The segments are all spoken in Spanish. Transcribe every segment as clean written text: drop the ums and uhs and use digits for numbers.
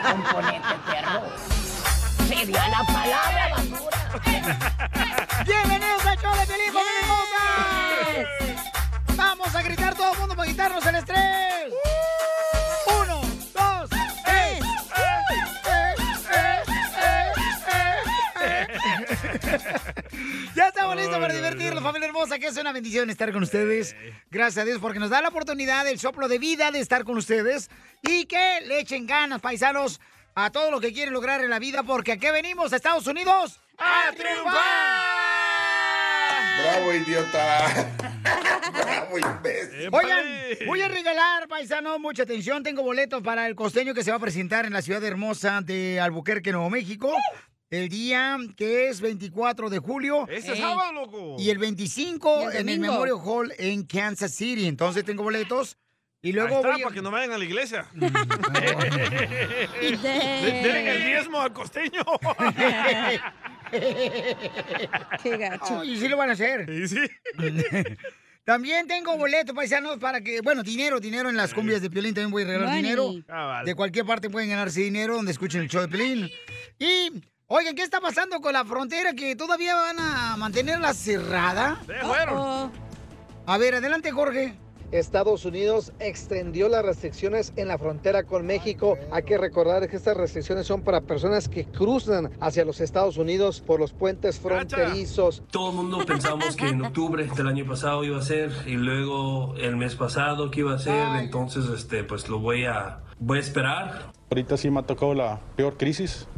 componente, perro. Sería la palabra, basura. ¡Bienvenidos al show de Piolín, familia hermosa! Vamos a gritar todo el mundo para quitarnos el estrés. 1, 2, 3. Ya estamos listos para divertirnos, familia hermosa, que es una bendición estar con ustedes. Gracias a Dios porque nos da la oportunidad, el soplo de vida de estar con ustedes y que le echen ganas, paisanos, a todo lo que quieren lograr en la vida, porque aquí venimos a Estados Unidos a triunfar. ¡Bravo, idiota! ¡Bravo, imbécil! Oigan, voy a regalar, paisano, mucha atención. Tengo boletos para el costeño que se va a presentar en la ciudad hermosa de Albuquerque, Nuevo México. El día que es 24 de julio. ¡Ese sábado, loco! Y el 25 en el Memorial Hall en Kansas City. Entonces tengo boletos. Y luego ahí está, para que no vayan a la iglesia. Denle el diezmo al costeño. Qué gacho. Y sí lo van a hacer. Sí. También tengo boletos, paisanos, para que... Bueno, dinero en las cumbias de Piolín. También voy a regalar dinero. Vale. De cualquier parte pueden ganarse dinero donde escuchen el show de Piolín. Y... Oigan, ¿qué está pasando con la frontera? ¿Que todavía van a mantenerla cerrada? Se fueron. A ver, adelante, Jorge. Estados Unidos extendió las restricciones en la frontera con México. Hay que recordar que estas restricciones son para personas que cruzan hacia los Estados Unidos por los puentes fronterizos. Todo el mundo pensamos que en octubre del año pasado iba a ser y luego el mes pasado que iba a ser. Entonces, pues lo voy a esperar. Ahorita sí me ha tocado la peor crisis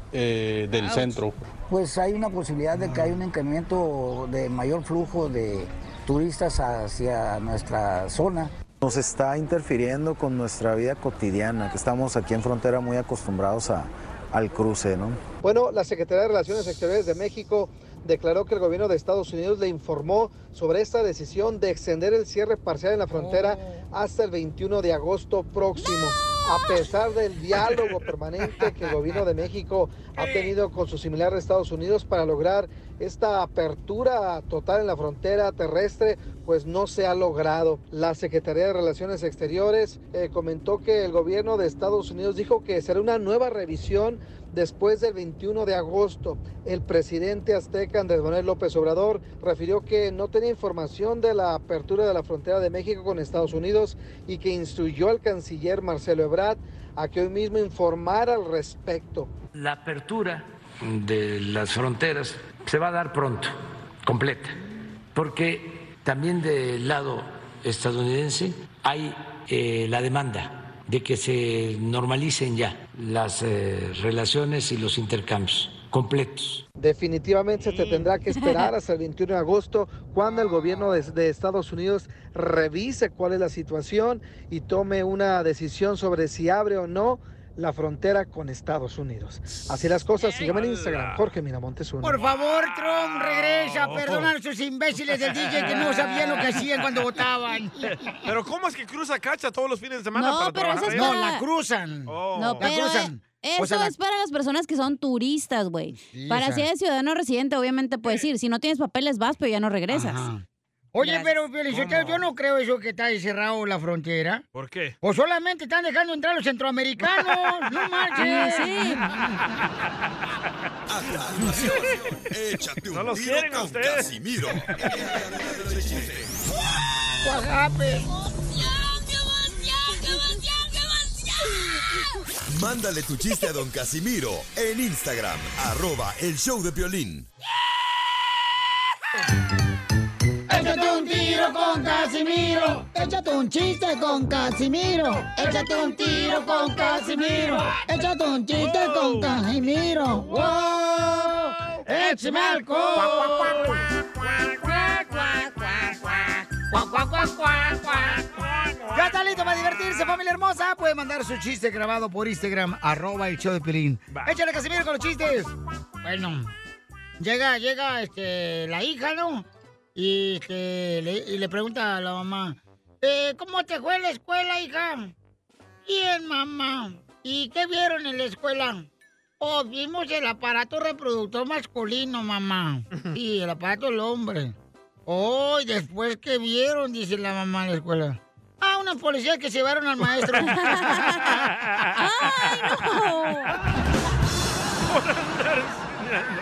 del centro. Pues hay una posibilidad de que haya un incremento de mayor flujo de turistas hacia nuestra zona. Nos está interfiriendo con nuestra vida cotidiana, que estamos aquí en frontera muy acostumbrados al cruce, ¿no? Bueno, la Secretaría de Relaciones Exteriores de México declaró que el gobierno de Estados Unidos le informó sobre esta decisión de extender el cierre parcial en la frontera hasta el 21 de agosto próximo. A pesar del diálogo permanente que el gobierno de México ha tenido con su similar de Estados Unidos para lograr esta apertura total en la frontera terrestre, pues no se ha logrado. La Secretaría de Relaciones Exteriores comentó que el gobierno de Estados Unidos dijo que será una nueva revisión después del 21 de agosto. El presidente azteca Andrés Manuel López Obrador refirió que no tenía información de la apertura de la frontera de México con Estados Unidos y que instruyó al canciller Marcelo Ebrard a que hoy mismo informara al respecto. La apertura de las fronteras se va a dar pronto, completa, porque también del lado estadounidense hay la demanda de que se normalicen ya las relaciones y los intercambios completos. Definitivamente se tendrá que esperar hasta el 21 de agosto cuando el gobierno de Estados Unidos revise cuál es la situación y tome una decisión sobre si abre o no la frontera con Estados Unidos. Así las cosas, síganme en Instagram, Jorge Miramontes 1. Por favor, Trump, regresa, perdona a esos imbéciles del DJ que no sabían lo que hacían cuando votaban. Pero ¿cómo es que cruza Cacha todos los fines de semana No, para pero eso trabajar? es para- No, la cruzan. Oh. No, pero La cruzan. eso O sea, es para las personas que son turistas, güey. Sí, Para o sea. si eres ciudadano residente, obviamente puedes ir. Si no tienes papeles, vas, pero ya no regresas. Ajá. Oye, pero Felicitero, yo no creo eso que está ahí cerrado la frontera. ¿Por qué? O solamente están dejando entrar a los centroamericanos. ¡No marches! Sí. A continuación, échate un No los tiro quieren a con ustedes. Casimiro. What happened? Mándale tu chiste a don Casimiro en Instagram, @el show de Piolín. Échate un tiro con Casimiro. Échate un chiste con Casimiro. Échate un tiro con Casimiro. Échate un chiste con Casimiro. ¡Wow! ¡Échame alcohol! ¿Ya está listo para divertirse, familia hermosa? Puede mandar su chiste grabado por Instagram, @el show de Piolín. Échale, Casimiro, con los chistes. Bueno, llega la hija, ¿no? Y le pregunta a la mamá, ¿cómo te fue en la escuela, hija? Bien, mamá. ¿Y qué vieron en la escuela? Oh, vimos el aparato reproductor masculino, mamá. Y el aparato del hombre. Oh, ¿y después qué vieron? Dice la mamá en la escuela. Ah, unos policías que se llevaron al maestro. ¡Ay, no!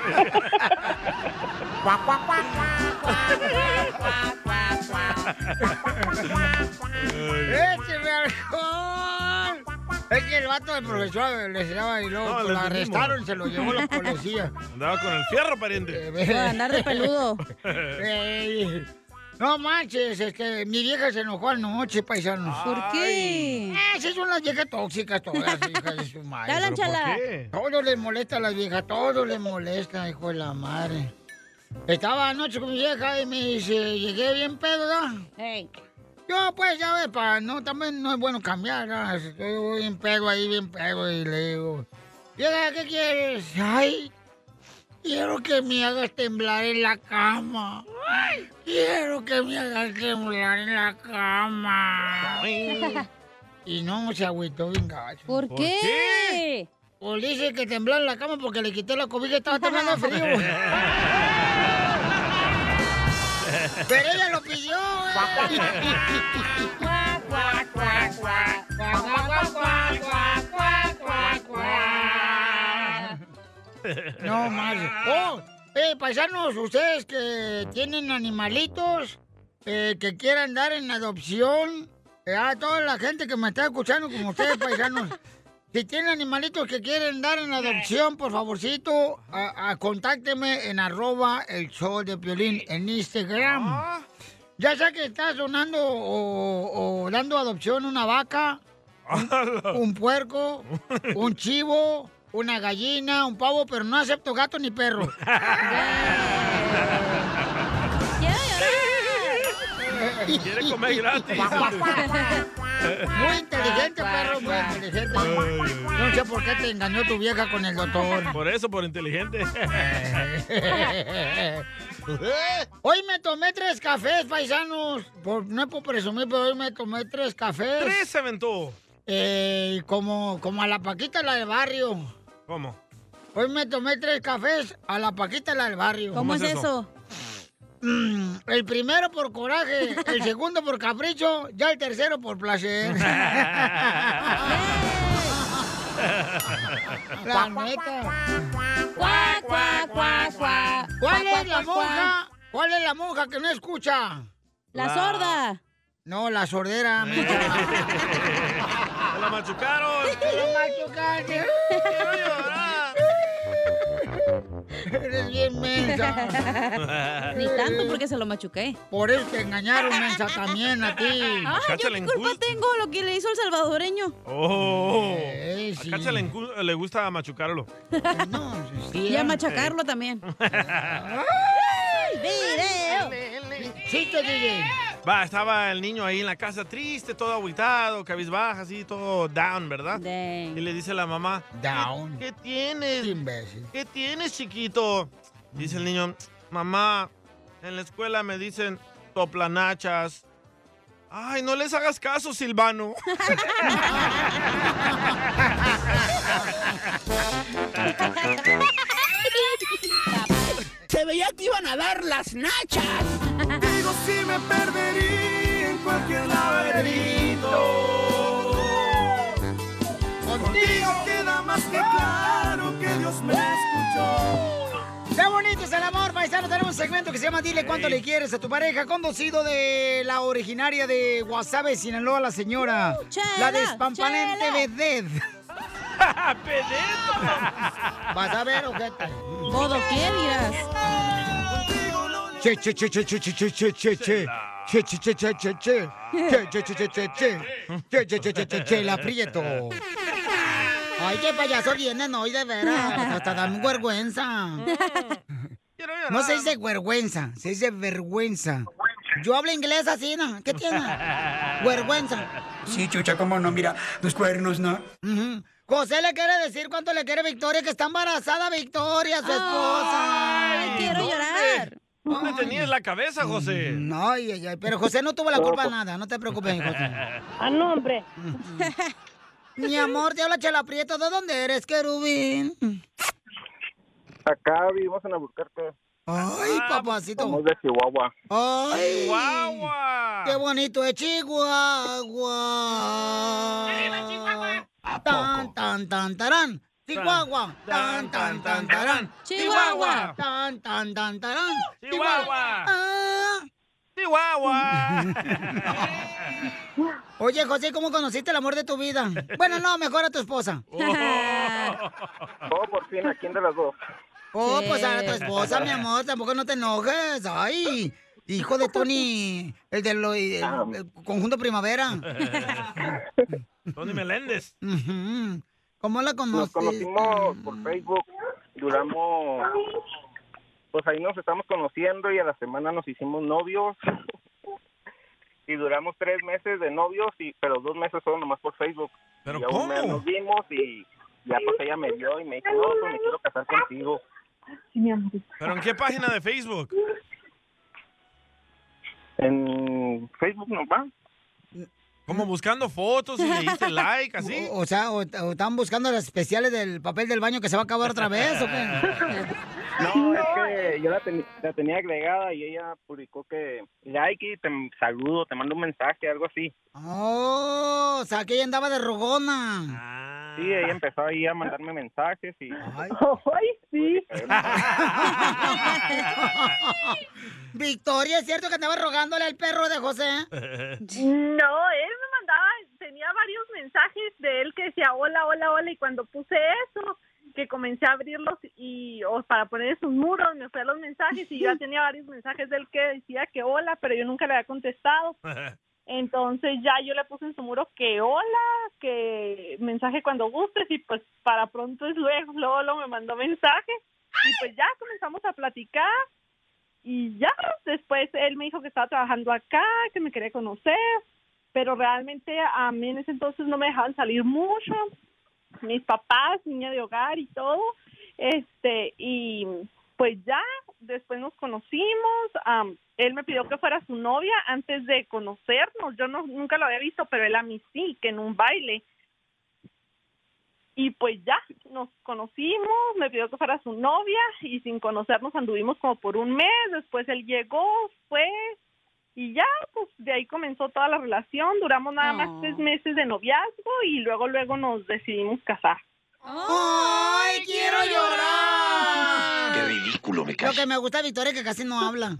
¡Écheme alcohol! Es que el vato del profesor les daba y luego No, lo le arrestaron entendimos. y se lo llevó la policía. Andaba con el fierro, pariente. Por andar de peludo. Ey, no manches, mi vieja se enojó anoche, paisanos. ¿Por qué? Esas son las viejas tóxicas todas, hijas de su madre. Dale, ¿Pero por chala. qué? Todo les molesta a las viejas, todo les molesta, hijo de la madre. Estaba anoche con mi vieja y me dice, llegué bien pedo, ¿no? Hey. Yo, pues, ya ves, también no es bueno cambiar, ¿no? Estoy bien pedo, y le digo, vieja, ¿qué quieres? Ay, quiero que me hagas temblar en la cama. Ay, quiero que me hagas temblar en la cama. Y no, se agüitó bien gacho. ¿Por qué? Pues dice que tembló en la cama porque le quité la cobija y estaba temblando de frío. Pero ella lo pidió. No más. Oh, paisanos, ustedes que tienen animalitos que quieran dar en adopción, a toda la gente que me está escuchando como ustedes, paisanos. Si tienen animalitos que quieren dar en adopción, por favorcito, contácteme en @el_show_de_Piolín en Instagram. Ya sea que estás donando o dando adopción una vaca, un puerco, un chivo, una gallina, un pavo, pero no acepto gato ni perro. Quiere comer gratis. Muy inteligente, perro, muy inteligente. No sé por qué te engañó tu vieja con el doctor. Por eso, por inteligente. Hoy me tomé 3 cafés, paisanos. No es por presumir, pero hoy me tomé 3 cafés. 3 se aventó. Como a la Paquita, la del barrio. ¿Cómo? Hoy me tomé 3 cafés a la Paquita, la del barrio. ¿Cómo es eso? El primero por coraje, el segundo por capricho, ya el tercero por placer. La neta. ¿Cuál es la monja? ¿Cuál es la monja que no escucha? La sorda. No, la sordera. ¡Se la machucaron! ¡Se la machucaron! ¡Quiero llorar! Eres bien mensa. Ni tanto porque se lo machuqué. Por eso te engañaron, mensa, también a ti. Ay, ¿yo qué culpa tengo lo que le hizo el salvadoreño? ¡Oh! Sí. A Cacha le gusta machucarlo. No, Y a machacarlo también. ¡Video! ¡Chiste, DJ! Va, estaba el niño ahí en la casa triste, todo agüitado, cabizbaja, así, todo down, ¿verdad? Dang. Y le dice la mamá, Down. ¿Qué tienes? Imbécil. ¿Qué tienes, chiquito? Dice el niño, mamá, en la escuela me dicen toplanachas. Ay, no les hagas caso, Silvano. Se veía que iban a dar las nachas. Digo, si me perdería en cualquier laberinto. Contigo queda más que claro que Dios me escuchó. ¡Qué bonito es el amor, paisano! Tenemos un segmento que se llama Dile cuánto le quieres a tu pareja, conducido de la originaria de Guasave, Sinaloa, la señora. La despampanante vedette. Vas a ver, ojete. Todo ¿qué dirás? Che, che, che, che, che, che, che, che, che, che. Che, che, che, che, che, che. Che, che, che, che, che, che. Che, che, che, che, che, che, la aprieto. Ay, qué payaso vienen hoy, de veras. Hasta dan vergüenza. No se dice vergüenza, se dice vergüenza. Yo hablo inglés así, ¿no? ¿Qué tiene? Vergüenza. Sí, chucha, cómo no, mira, los cuernos, ¿no? José le quiere decir cuánto le quiere Victoria, que está embarazada Victoria, su esposa. Ay, quiero llorar. ¿Dónde tenías la cabeza, José? Ay, ay, ay, pero José no tuvo la culpa de nada, no te preocupes, José. Ah, no, hombre. Mi amor, te habla Chela Prieto, ¿de dónde eres, querubín? Acá vivimos en Albuquerque. Ay, papacito. Somos de Chihuahua. Ay, Chihuahua. Qué bonito es Chihuahua. Tan, tan, tan, tarán. Chihuahua. Tan, tan, tan, tarán. Chihuahua. Tan, tan, tan, tarán. Chihuahua. Ah. Chihuahua. Oye, José, ¿cómo conociste el amor de tu vida? Bueno, no, mejor a tu esposa. Oh, por fin, ¿a quién de las dos? Oh, pues a tu esposa, mi amor, tampoco no te enojes. Ay, hijo de Tony, el del el Conjunto Primavera. Tony Meléndez. Ujú. ¿Cómo la Nos conoces? conocimos por Facebook, duramos, pues ahí nos estamos conociendo y a la semana nos hicimos novios. Y duramos 3 meses de novios, pero 2 meses solo nomás por Facebook. ¿Pero y aún cómo? nos vimos y ya pues ella me vio y me dijo, no, pues me quiero casar contigo. ¿Pero en qué página de Facebook? En Facebook nomás. Como buscando fotos y le diste like, así. O sea, o estaban buscando las especiales del papel del baño que se va a acabar otra vez, ¿o qué? No, es que yo la tenía agregada y ella publicó que like y te saludo, te mando un mensaje, algo así. Oh, o sea, que ella andaba de rogona. Sí, ella empezó ahí a mandarme mensajes y... Ay, sí. Victoria, ¿es cierto que andaba rogándole al perro de José? No, él me mandaba, tenía varios mensajes de él que decía hola, hola, hola, y cuando puse eso, que comencé a abrirlos para poner sus muros, me fui a los mensajes y yo ya tenía varios mensajes de él que decía que hola, pero yo nunca le había contestado. Entonces ya yo le puse en su muro que hola, que mensaje cuando gustes, y pues para pronto es luego me mandó mensaje y pues ya comenzamos a platicar y ya después él me dijo que estaba trabajando acá, que me quería conocer, pero realmente a mí en ese entonces no me dejaban salir mucho, mis papás, niña de hogar y todo, y pues ya después nos conocimos. Él me pidió que fuera su novia antes de conocernos. Yo nunca lo había visto, pero él a mí sí, que en un baile. Y pues ya nos conocimos, me pidió que fuera su novia y sin conocernos anduvimos como por un mes. Después él llegó, fue y ya, pues de ahí comenzó toda la relación. Duramos nada más 3 meses de noviazgo y luego nos decidimos casar. ¡Ay, quiero llorar! Qué ridículo me Lo cae. que me gusta de Victoria es que casi no habla.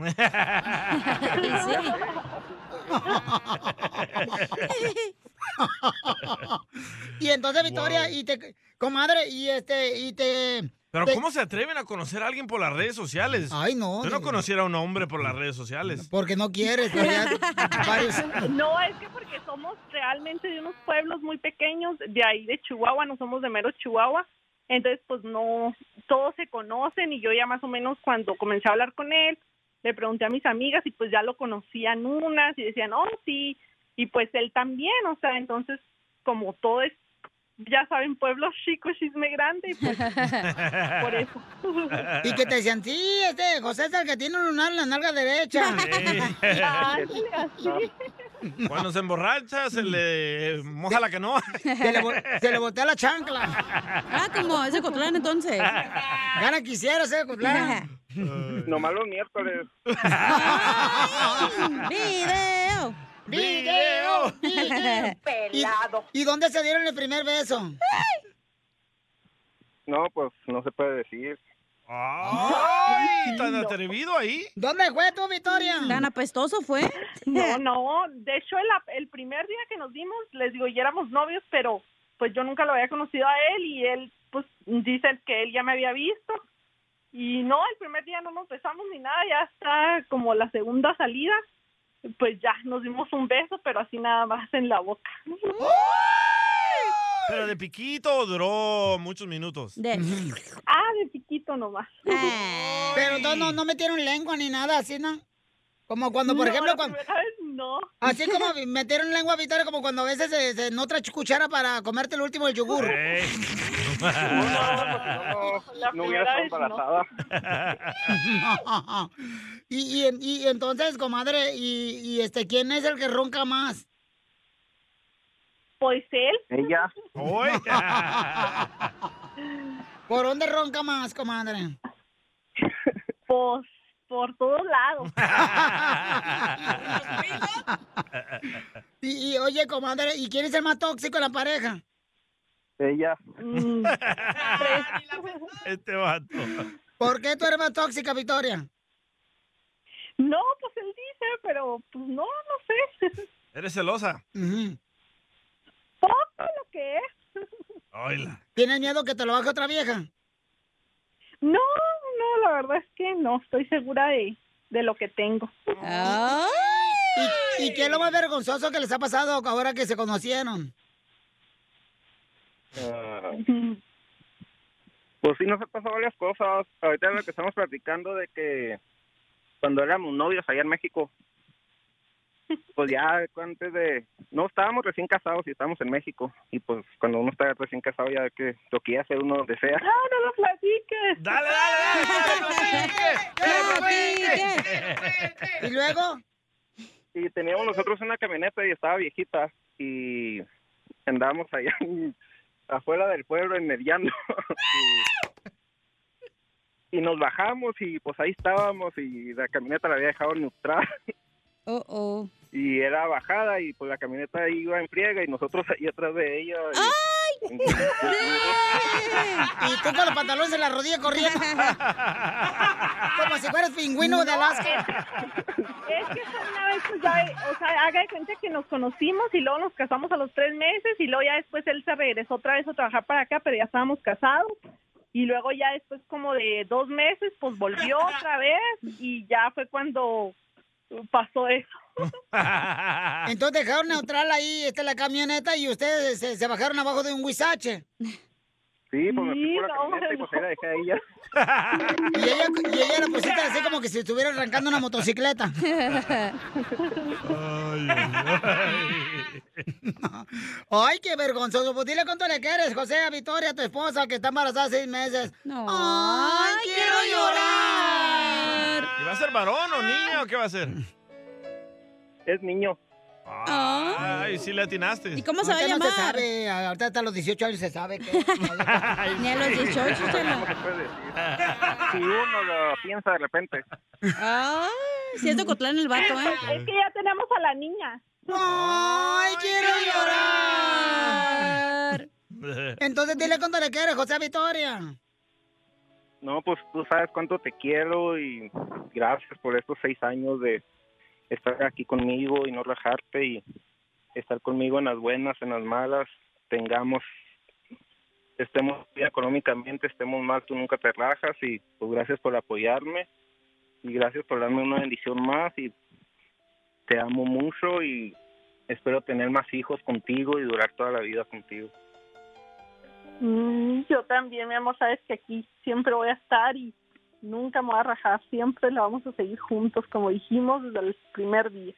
Y entonces, Victoria, comadre, Pero ¿cómo se atreven a conocer a alguien por las redes sociales? Ay, no. Yo no conociera a un hombre por las redes sociales. Porque no quieres, pero ya varios... No, es que porque somos realmente de unos pueblos muy pequeños, de ahí de Chihuahua, no somos de mero Chihuahua, entonces pues no, todos se conocen y yo ya más o menos cuando comencé a hablar con él, le pregunté a mis amigas y pues ya lo conocían unas y decían, oh, sí, y pues él también, o sea, entonces como todo es, ya saben, pueblo chico, chisme grande, y pues por eso. Y que te decían, sí, José es el que tiene un lunar en la nalga derecha. Cuando se emborracha, se le moja la canoa. Se le voltea la chancla. Ah, como ese Cotlán entonces. Gana quisiera ese Cotlán. Nomás los miércoles. ¡Video! ¡Video! ¡Pelado! ¿Y dónde se dieron el primer beso? No, pues no se puede decir. ¡Ay! ¿Tan atrevido ahí? ¿Dónde fue tú, Victoria? ¿Tan apestoso fue? No. De hecho, el primer día que nos dimos, les digo, ya éramos novios, pero pues yo nunca lo había conocido a él y él, pues, dice que él ya me había visto. Y no, el primer día no nos besamos ni nada, ya está como la segunda salida. Pues ya, nos dimos un beso, pero así nada más en la boca. ¿Pero de piquito o duró muchos minutos? De piquito nomás. Pero no metieron lengua ni nada, así, ¿no? Como cuando, por ejemplo, cuando... No. Así como metieron lengua, Victoria, como cuando a veces en otra cuchara para comerte el último del yogur. No hubiera estado embarazada. Y entonces, comadre, ¿quién es el que ronca más? Pues él. Ella. ¿Por dónde ronca más, comadre? Pues por todos lados. Y oye, comadre, ¿y quién es el más tóxico en la pareja? Ella. Este vato. ¿Por qué tú eres más tóxica, Victoria? No, pues él dice, pero pues no sé. ¿Eres celosa? Poco lo que es. Oila. ¿Tienes miedo que te lo baje otra vieja? No, la verdad es que no, estoy segura de lo que tengo. ¿Y qué es lo más vergonzoso que les ha pasado ahora que se conocieron? Pues sí, nos ha pasado varias cosas. Ahorita lo que estamos platicando de que cuando éramos novios allá en México, pues ya antes de... No, estábamos recién casados y estábamos en México. Y pues cuando uno está recién casado ya que lo quiere hacer uno donde sea. No lo platiques. ¡Dale! ¿Y luego? Y teníamos nosotros una camioneta y estaba viejita. Y andábamos allá afuera del pueblo en Mediano. Y nos bajamos y pues ahí estábamos y la camioneta la había dejado neutral. Y era bajada y pues la camioneta iba en friega y nosotros ahí atrás de ella. Y tú con los pantalones en la rodilla corriendo. Como si fueras pingüino de Alaska. Es que una vez, pues ya, o sea, haga de cuenta que nos conocimos y luego nos casamos a los 3 meses y luego ya después él se regresó otra vez a trabajar para acá, pero ya estábamos casados. Y luego ya después como de 2 meses, pues volvió otra vez y ya fue cuando pasó eso. Entonces dejaron neutral ahí, la camioneta y ustedes se bajaron abajo de un huizache. Sí, pues me fui por la camioneta y pues ahí la dejé a ella. Y ella la pusiste así como que si estuviera arrancando una motocicleta. Ay, qué vergonzoso. Pues dile cuánto le quieres, José, a Victoria, tu esposa, que está embarazada 6 meses. No. Ay, quiero llorar. ¿Y va a ser varón o niño o qué va a ser? Es niño. Ay, sí le atinaste. ¿Y cómo se va a llamar? No se sabe, ahorita hasta los 18 años se sabe que... Ni a los 18, ¿Cómo se puede decir? Si uno lo piensa de repente. Si es de Ocotlán el vato, ¿eh? Es que ya tenemos a la niña. ¡Ay, quiero llorar! Entonces dile cuánto le quieres, José Victoria. No, pues tú sabes cuánto te quiero y gracias por estos 6 años de estar aquí conmigo y no rajarte y estar conmigo en las buenas, en las malas, estemos bien económicamente, estemos mal, tú nunca te rajas y pues gracias por apoyarme y gracias por darme una bendición más y te amo mucho y espero tener más hijos contigo y durar toda la vida contigo. Yo también, mi amor, sabes que aquí siempre voy a estar y nunca me voy a rajar, siempre la vamos a seguir juntos, como dijimos desde el primer día.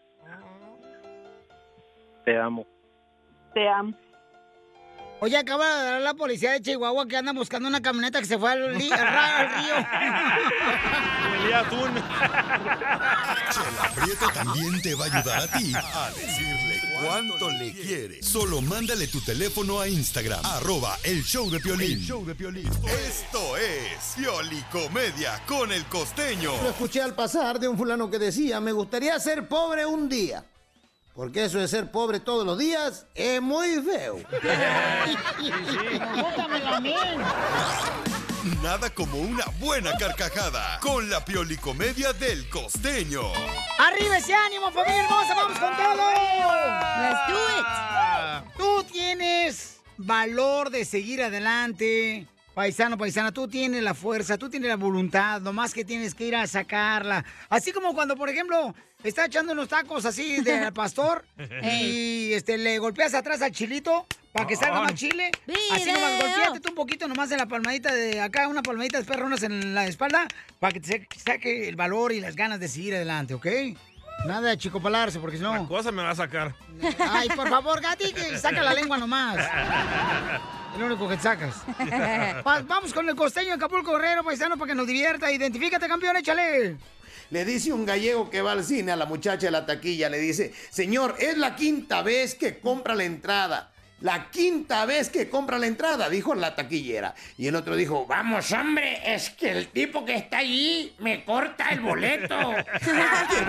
Te amo. Te amo. Oye, acaba de dar la policía de Chihuahua que anda buscando una camioneta que se fue al río. Chela Prieto también te va a ayudar a ti a decirle cuánto le quieres. Solo mándale tu teléfono a Instagram, @elshowdepiolín. El show de Piolín. Esto es Piolicomedia con el Costeño. Lo escuché al pasar de un fulano que decía, me gustaría ser pobre un día. Porque eso de ser pobre todos los días es muy feo. Nada como una buena carcajada con la Piolicomedia del Costeño. ¡Arriba ese ánimo, familia hermosa! ¡Vamos con todo! ¡Let's do it! Tú tienes valor de seguir adelante. Paisano, paisana, tú tienes la fuerza, tú tienes la voluntad, nomás que tienes que ir a sacarla. Así como cuando, por ejemplo, está echando unos tacos así del pastor y le golpeas atrás al chilito para que salga más chile. Así nomás, golpeate tú un poquito nomás en la palmadita de acá, una palmadita de perronas en la espalda para que te saque el valor y las ganas de seguir adelante, ¿ok? Nada de chicopalarse, porque si no... La cosa me va a sacar. Ay, por favor, Gati, que saca la lengua nomás. Es lo único que sacas. Vamos con el Costeño de Acapulco, Guerrero, paisano, para que nos divierta. Identifícate, campeón, échale. Le dice un gallego que va al cine a la muchacha de la taquilla, le dice, señor, es la 5ª vez que compra la entrada. La quinta vez que compra la entrada, dijo la taquillera. Y el otro dijo, vamos, hombre, es que el tipo que está allí me corta el boleto. ¡Qué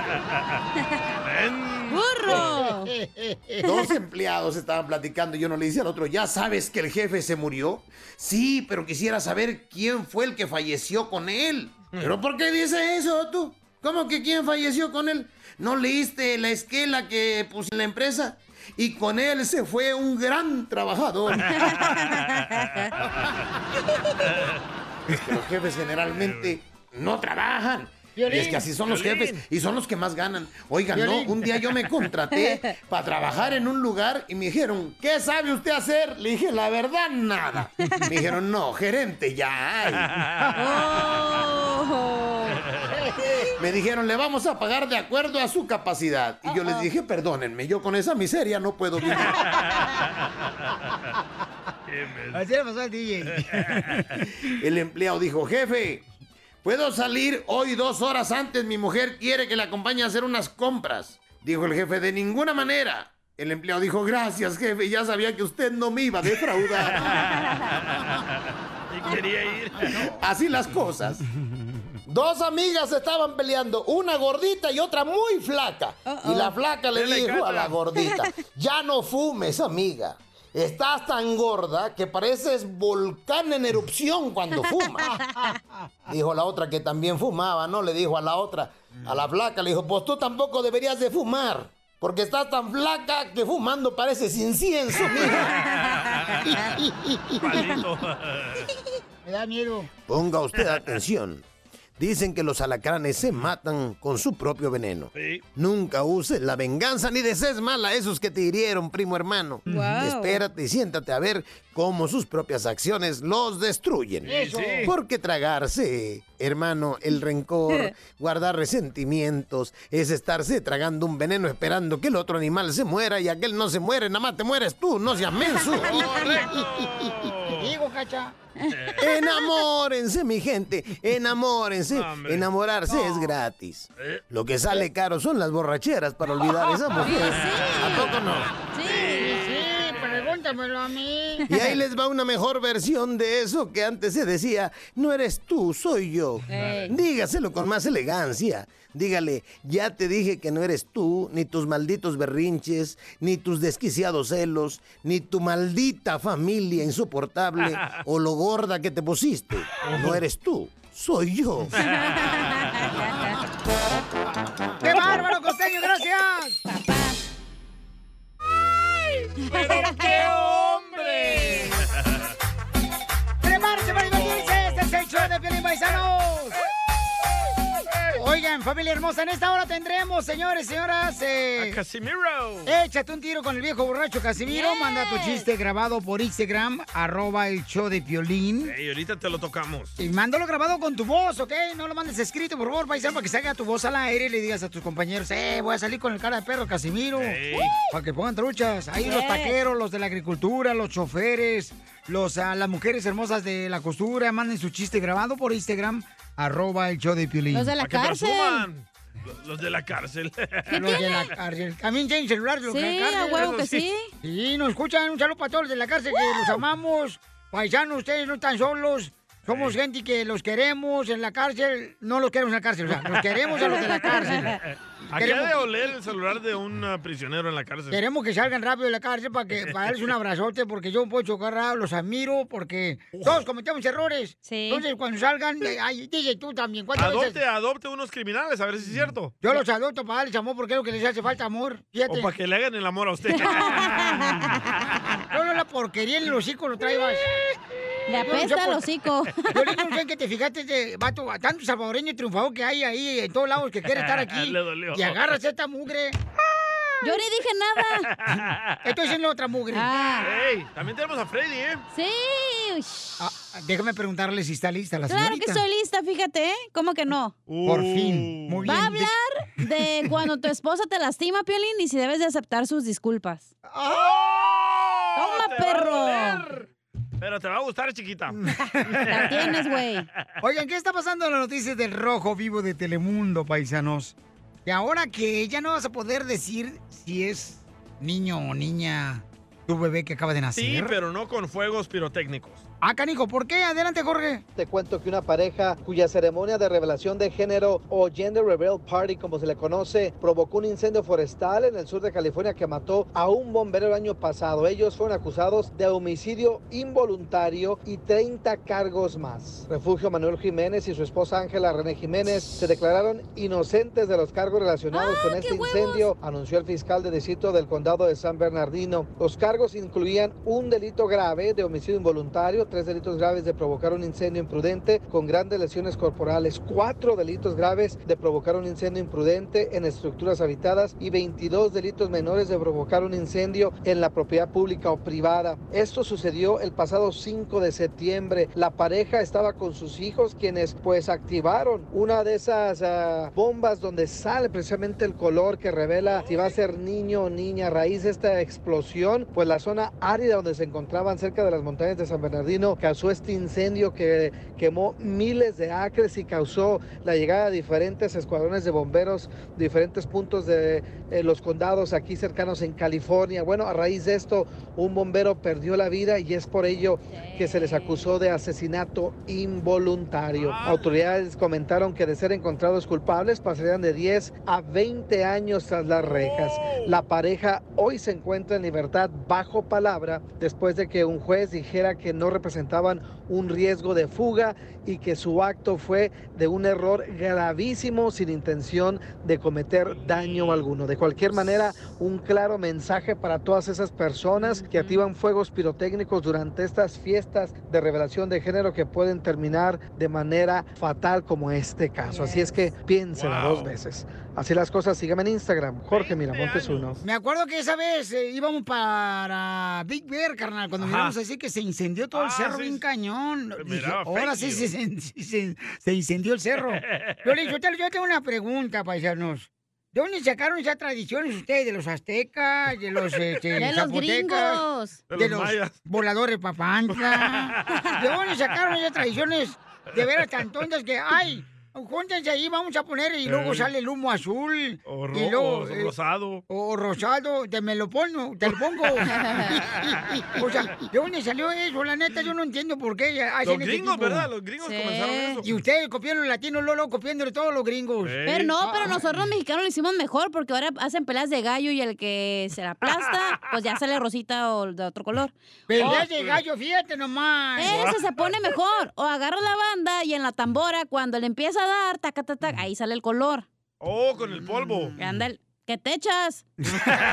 ¡Burro! Dos empleados estaban platicando y uno le dice al otro, ¿ya sabes que el jefe se murió? Sí, pero quisiera saber quién fue el que falleció con él. ¿Pero por qué dice eso tú? ¿Cómo que quién falleció con él? ¿No leíste la esquela que puse en la empresa? Y con él se fue un gran trabajador. Es que los jefes generalmente no trabajan. Violín, y es que así son los Violín. jefes y son los que más ganan. Oigan, Violín. no, un día yo me contraté para trabajar en un lugar y me dijeron, ¿qué sabe usted hacer? Le dije, la verdad, nada. Me dijeron, no, gerente ya hay. Me dijeron, le vamos a pagar de acuerdo a su capacidad. Y yo les dije, perdónenme, yo con esa miseria no puedo vivir. Así le pasó al DJ. El empleado dijo, jefe, ¿puedo salir hoy 2 horas antes? Mi mujer quiere que la acompañe a hacer unas compras. Dijo el jefe, de ninguna manera. El empleado dijo, gracias, jefe, ya sabía que usted no me iba a defraudar. Y quería ir. Así las cosas. 2 amigas estaban peleando, una gordita y otra muy flaca. Y la flaca le dijo a la gordita, ya no fumes, amiga. Estás tan gorda que pareces volcán en erupción cuando fumas. Dijo la otra que también fumaba, ¿no? Le dijo a la otra, a la flaca, le dijo, pues tú tampoco deberías de fumar, porque estás tan flaca que fumando pareces incienso, mija. Me da miedo. Ponga usted atención. Dicen que los alacranes se matan con su propio veneno. Sí. Nunca uses la venganza ni desees mal a esos que te hirieron, primo hermano. Wow. Espérate y siéntate a ver cómo sus propias acciones los destruyen. Eso. Porque tragarse, hermano, el rencor, guardar resentimientos, es estarse tragando un veneno esperando que el otro animal se muera y aquel no se muere, nada más te mueres tú, no seas menso. Te digo, cacha. Enamórense, mi gente, enamórense. Enamorarse es gratis. Lo que sale caro son las borracheras para olvidar a esa mujer. ¿A poco no? Sí, pregúntamelo a mí. Y ahí les va una mejor versión de eso que antes se decía, no eres tú, soy yo. Dígaselo con más elegancia. Dígale, ya te dije que no eres tú, ni tus malditos berrinches, ni tus desquiciados celos, ni tu maldita familia insoportable o lo gorda que te pusiste. No eres tú, soy yo. ¡Qué bárbaro, costeño! ¡Gracias! ¡Pero qué hombre! ¡Prepárense para divertirse! ¡Este es el show de Piolín, paisanos! Oigan, familia hermosa, en esta hora tendremos, señores, señoras... ¡A Casimiro! Échate un tiro con el viejo borracho Casimiro. Yes. Manda tu chiste grabado por Instagram, @el-show-de-Piolín. Ey, ahorita te lo tocamos. Y mándalo grabado con tu voz, ¿ok? No lo mandes escrito, por favor, paisano, para que salga tu voz al aire y le digas a tus compañeros, voy a salir con el cara de perro Casimiro. Para que pongan truchas. Ahí los taqueros, los de la agricultura, los choferes, las mujeres hermosas de la costura, manden su chiste grabado por Instagram, @el-show-de-Piolín. Los de la ¿A qué cárcel. presuman? Los de la cárcel. Los de la cárcel. También tienen celular los de Sí, la cárcel. a huevo Eso que sí. Sí, nos escuchan. Un saludo para todos los de la cárcel que los amamos. Paisanos, ustedes no están solos. Somos gente que los queremos en la cárcel. No los queremos en la cárcel, o sea, los queremos a los de la cárcel. Aquí ha de oler el celular de un prisionero en la cárcel. Queremos que salgan rápido de la cárcel para darles un abrazote, porque yo puedo chocar rápido, los admiro, porque todos cometemos errores. Sí. Entonces, cuando salgan, ay, DJ, tú también. ¿Cuántas veces? Adopte unos criminales, a ver si es cierto. Yo los adopto para darles amor, porque es lo que les hace falta, amor. Fíjate. O para que le hagan el amor a usted. No, la porquería en el hocico lo traes. Le apesta el hocico. Yo le no sé que te fijaste de vato, tanto salvadoreño triunfador que hay ahí en todos lados que quiere estar aquí. Le dolió. Y agarras esta mugre. Yo ni dije nada. Estoy diciendo otra mugre. Ey, también tenemos a Freddy, ¿eh? Sí. Déjame preguntarle si está lista la Claro señorita. que estoy lista, fíjate, ¿eh? ¿Cómo que no? Por fin. Muy bien. Va a hablar de cuando tu esposa te lastima, Piolín, y si debes de aceptar sus disculpas. ¡Toma, te perro! va a doler. Pero te va a gustar, chiquita. La tienes, güey. Oigan, ¿qué está pasando en las noticias del Rojo Vivo de Telemundo, paisanos? Y ahora que ya no vas a poder decir si es niño o niña tu bebé que acaba de nacer? Sí, pero no con fuegos pirotécnicos. Ah, canijo, ¿por qué? Adelante, Jorge. Te cuento que una pareja cuya ceremonia de revelación de género o Gender Reveal Party, como se le conoce, provocó un incendio forestal en el sur de California que mató a un bombero el año pasado. Ellos fueron acusados de homicidio involuntario y 30 cargos más. Refugio Manuel Jiménez y su esposa Ángela René Jiménez se declararon inocentes de los cargos relacionados con este incendio, anunció el fiscal de distrito del condado de San Bernardino. Los cargos incluían un delito grave de homicidio involuntario, 3 delitos graves de provocar un incendio imprudente con grandes lesiones corporales, 4 delitos graves de provocar un incendio imprudente en estructuras habitadas y 22 delitos menores de provocar un incendio en la propiedad pública o privada. Esto sucedió el pasado 5 de septiembre. La pareja estaba con sus hijos, quienes pues activaron una de esas bombas donde sale precisamente el color que revela si va a ser niño o niña. A raíz de esta explosión, pues la zona árida donde se encontraban cerca de las montañas de San Bernardino causó este incendio que quemó miles de acres y causó la llegada de diferentes escuadrones de bomberos de diferentes puntos de los condados aquí cercanos en California. Bueno, a raíz de esto, un bombero perdió la vida y es por ello que se les acusó de asesinato involuntario. Autoridades comentaron que de ser encontrados culpables pasarían de 10 a 20 años tras las rejas. La pareja hoy se encuentra en libertad bajo palabra después de que un juez dijera que no representaban un riesgo de fuga y que su acto fue de un error gravísimo sin intención de cometer daño alguno. De cualquier manera, un claro mensaje para todas esas personas que activan fuegos pirotécnicos durante estas fiestas de revelación de género que pueden terminar de manera fatal como este caso. Así es que piénsenla 2 veces. Así las cosas, síganme en Instagram, Jorge Miramontes 1. Me acuerdo que esa vez íbamos para Big Bear, carnal, cuando miramos así que se incendió todo el cerro bien cañón. Dije, ahora sí se incendió el cerro. Yo tengo una pregunta, paisanos. ¿De dónde sacaron esas tradiciones ustedes? ¿De los aztecas? ¿De los de los gringos? ¿De los voladores papantla? ¿De dónde sacaron esas tradiciones de veras tan tontas que hay? Júntense ahí, vamos a poner y luego sale el humo azul. O rosado. O rosado, te lo pongo. O sea, ¿de dónde salió eso? La neta, yo no entiendo por qué hacen los gringos, ¿verdad? Los gringos comenzaron eso. Y ustedes copiaron los latinos, Lolo, copiando de todos los gringos. Pero nosotros los mexicanos lo hicimos mejor porque ahora hacen peleas de gallo y el que se la aplasta, pues ya sale rosita o de otro color. Peleas de gallo, fíjate nomás. Eso se pone mejor. O agarra la banda y en la tambora, cuando le empieza a dar, taca, ahí sale el color. Oh, con el polvo. Anda, ¿qué te echas? Qué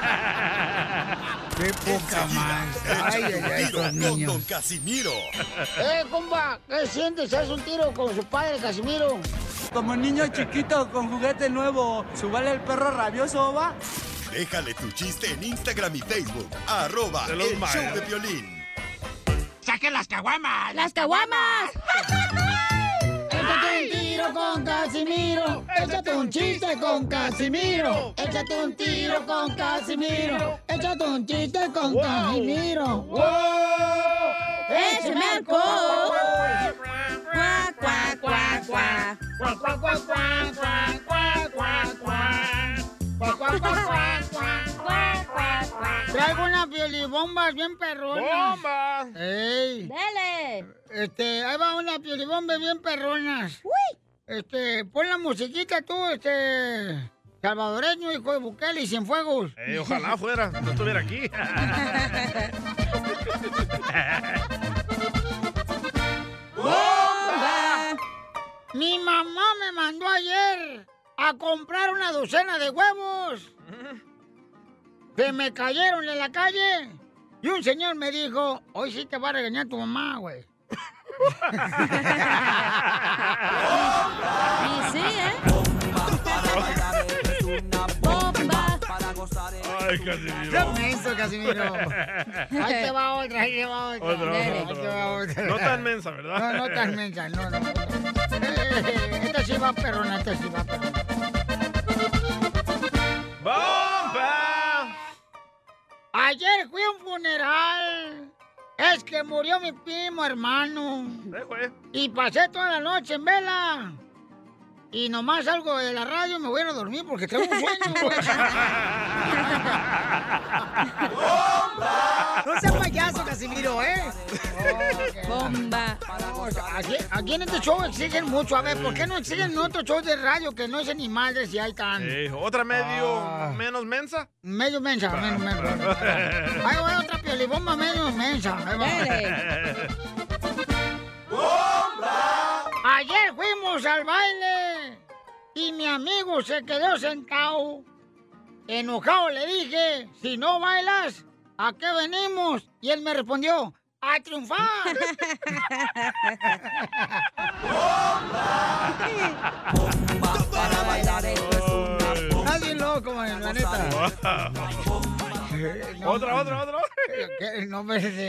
poca más. Ay, con Don Casimiro. Compa, ¿qué sientes? ¿Haz un tiro con su padre, Casimiro? Como niño chiquito con juguete nuevo, ¿subale el perro rabioso, va? Déjale tu chiste en Instagram y Facebook, @El Show de Piolín. ¡Saquen las caguamas! ¡Las caguamas! Échate un tiro con Casimiro. Échate un chiste con Casimiro. Échate un tiro con Casimiro. Échate un chiste con Casimiro. ¡Wow! ¡Échame alcohol! ¡Cuac, cuac, cuac, cuac! ¡Cuac, cuac, cuac, cuac, cuac, cuac, cuac, cuac! ¡Cuac, cuac, cuac, cuac, cuac, cuac, cuac! Traigo una piolibombas bien perronas. ¡Bomba! ¡Ey! ¡Dale! Ahí va una piolibombas bien perronas. ¡Uy! Pon la musiquita tú, salvadoreño, hijo de Bukele y Cienfuegos. Ojalá fuera, no estuviera aquí. ¡Bomba! Mi mamá me mandó ayer a comprar una docena de huevos. Se me cayeron en la calle y un señor me dijo, hoy sí te va a regañar tu mamá, güey. Y sí, ¡Bomba! Ay, Casimiro. ¿Qué menso, Casimiro? Ahí te va otra, ahí te va otra. Otra. Ahí te va otra. No tan mensa, ¿verdad? No tan mensa, no. Esta sí va perrona, ¡Bomba! Ayer fui a un funeral. Es que murió mi primo, hermano. Y pasé toda la noche en vela. Y nomás salgo de la radio y me voy a ir a dormir porque tengo un sueño, güey. ¡Bomba! No seas payaso, Casimiro, ¿eh? Bomba. Aquí en este show exigen mucho. A ver, ¿por qué no exigen en otro show de radio que no dicen ni madres si hay tan... ¿Otra menos mensa? Medio mensa, menos. Ahí va otra piolibomba menos mensa. Ahí va. ¡Bomba! Ayer fuimos al baile y mi amigo se quedó sentado. Enojado le dije, si no bailas, ¿a qué venimos? Y él me respondió, ¡a triunfar! Bomba para bailar esto es una... Nadie loco, man, la neta. Otra. No,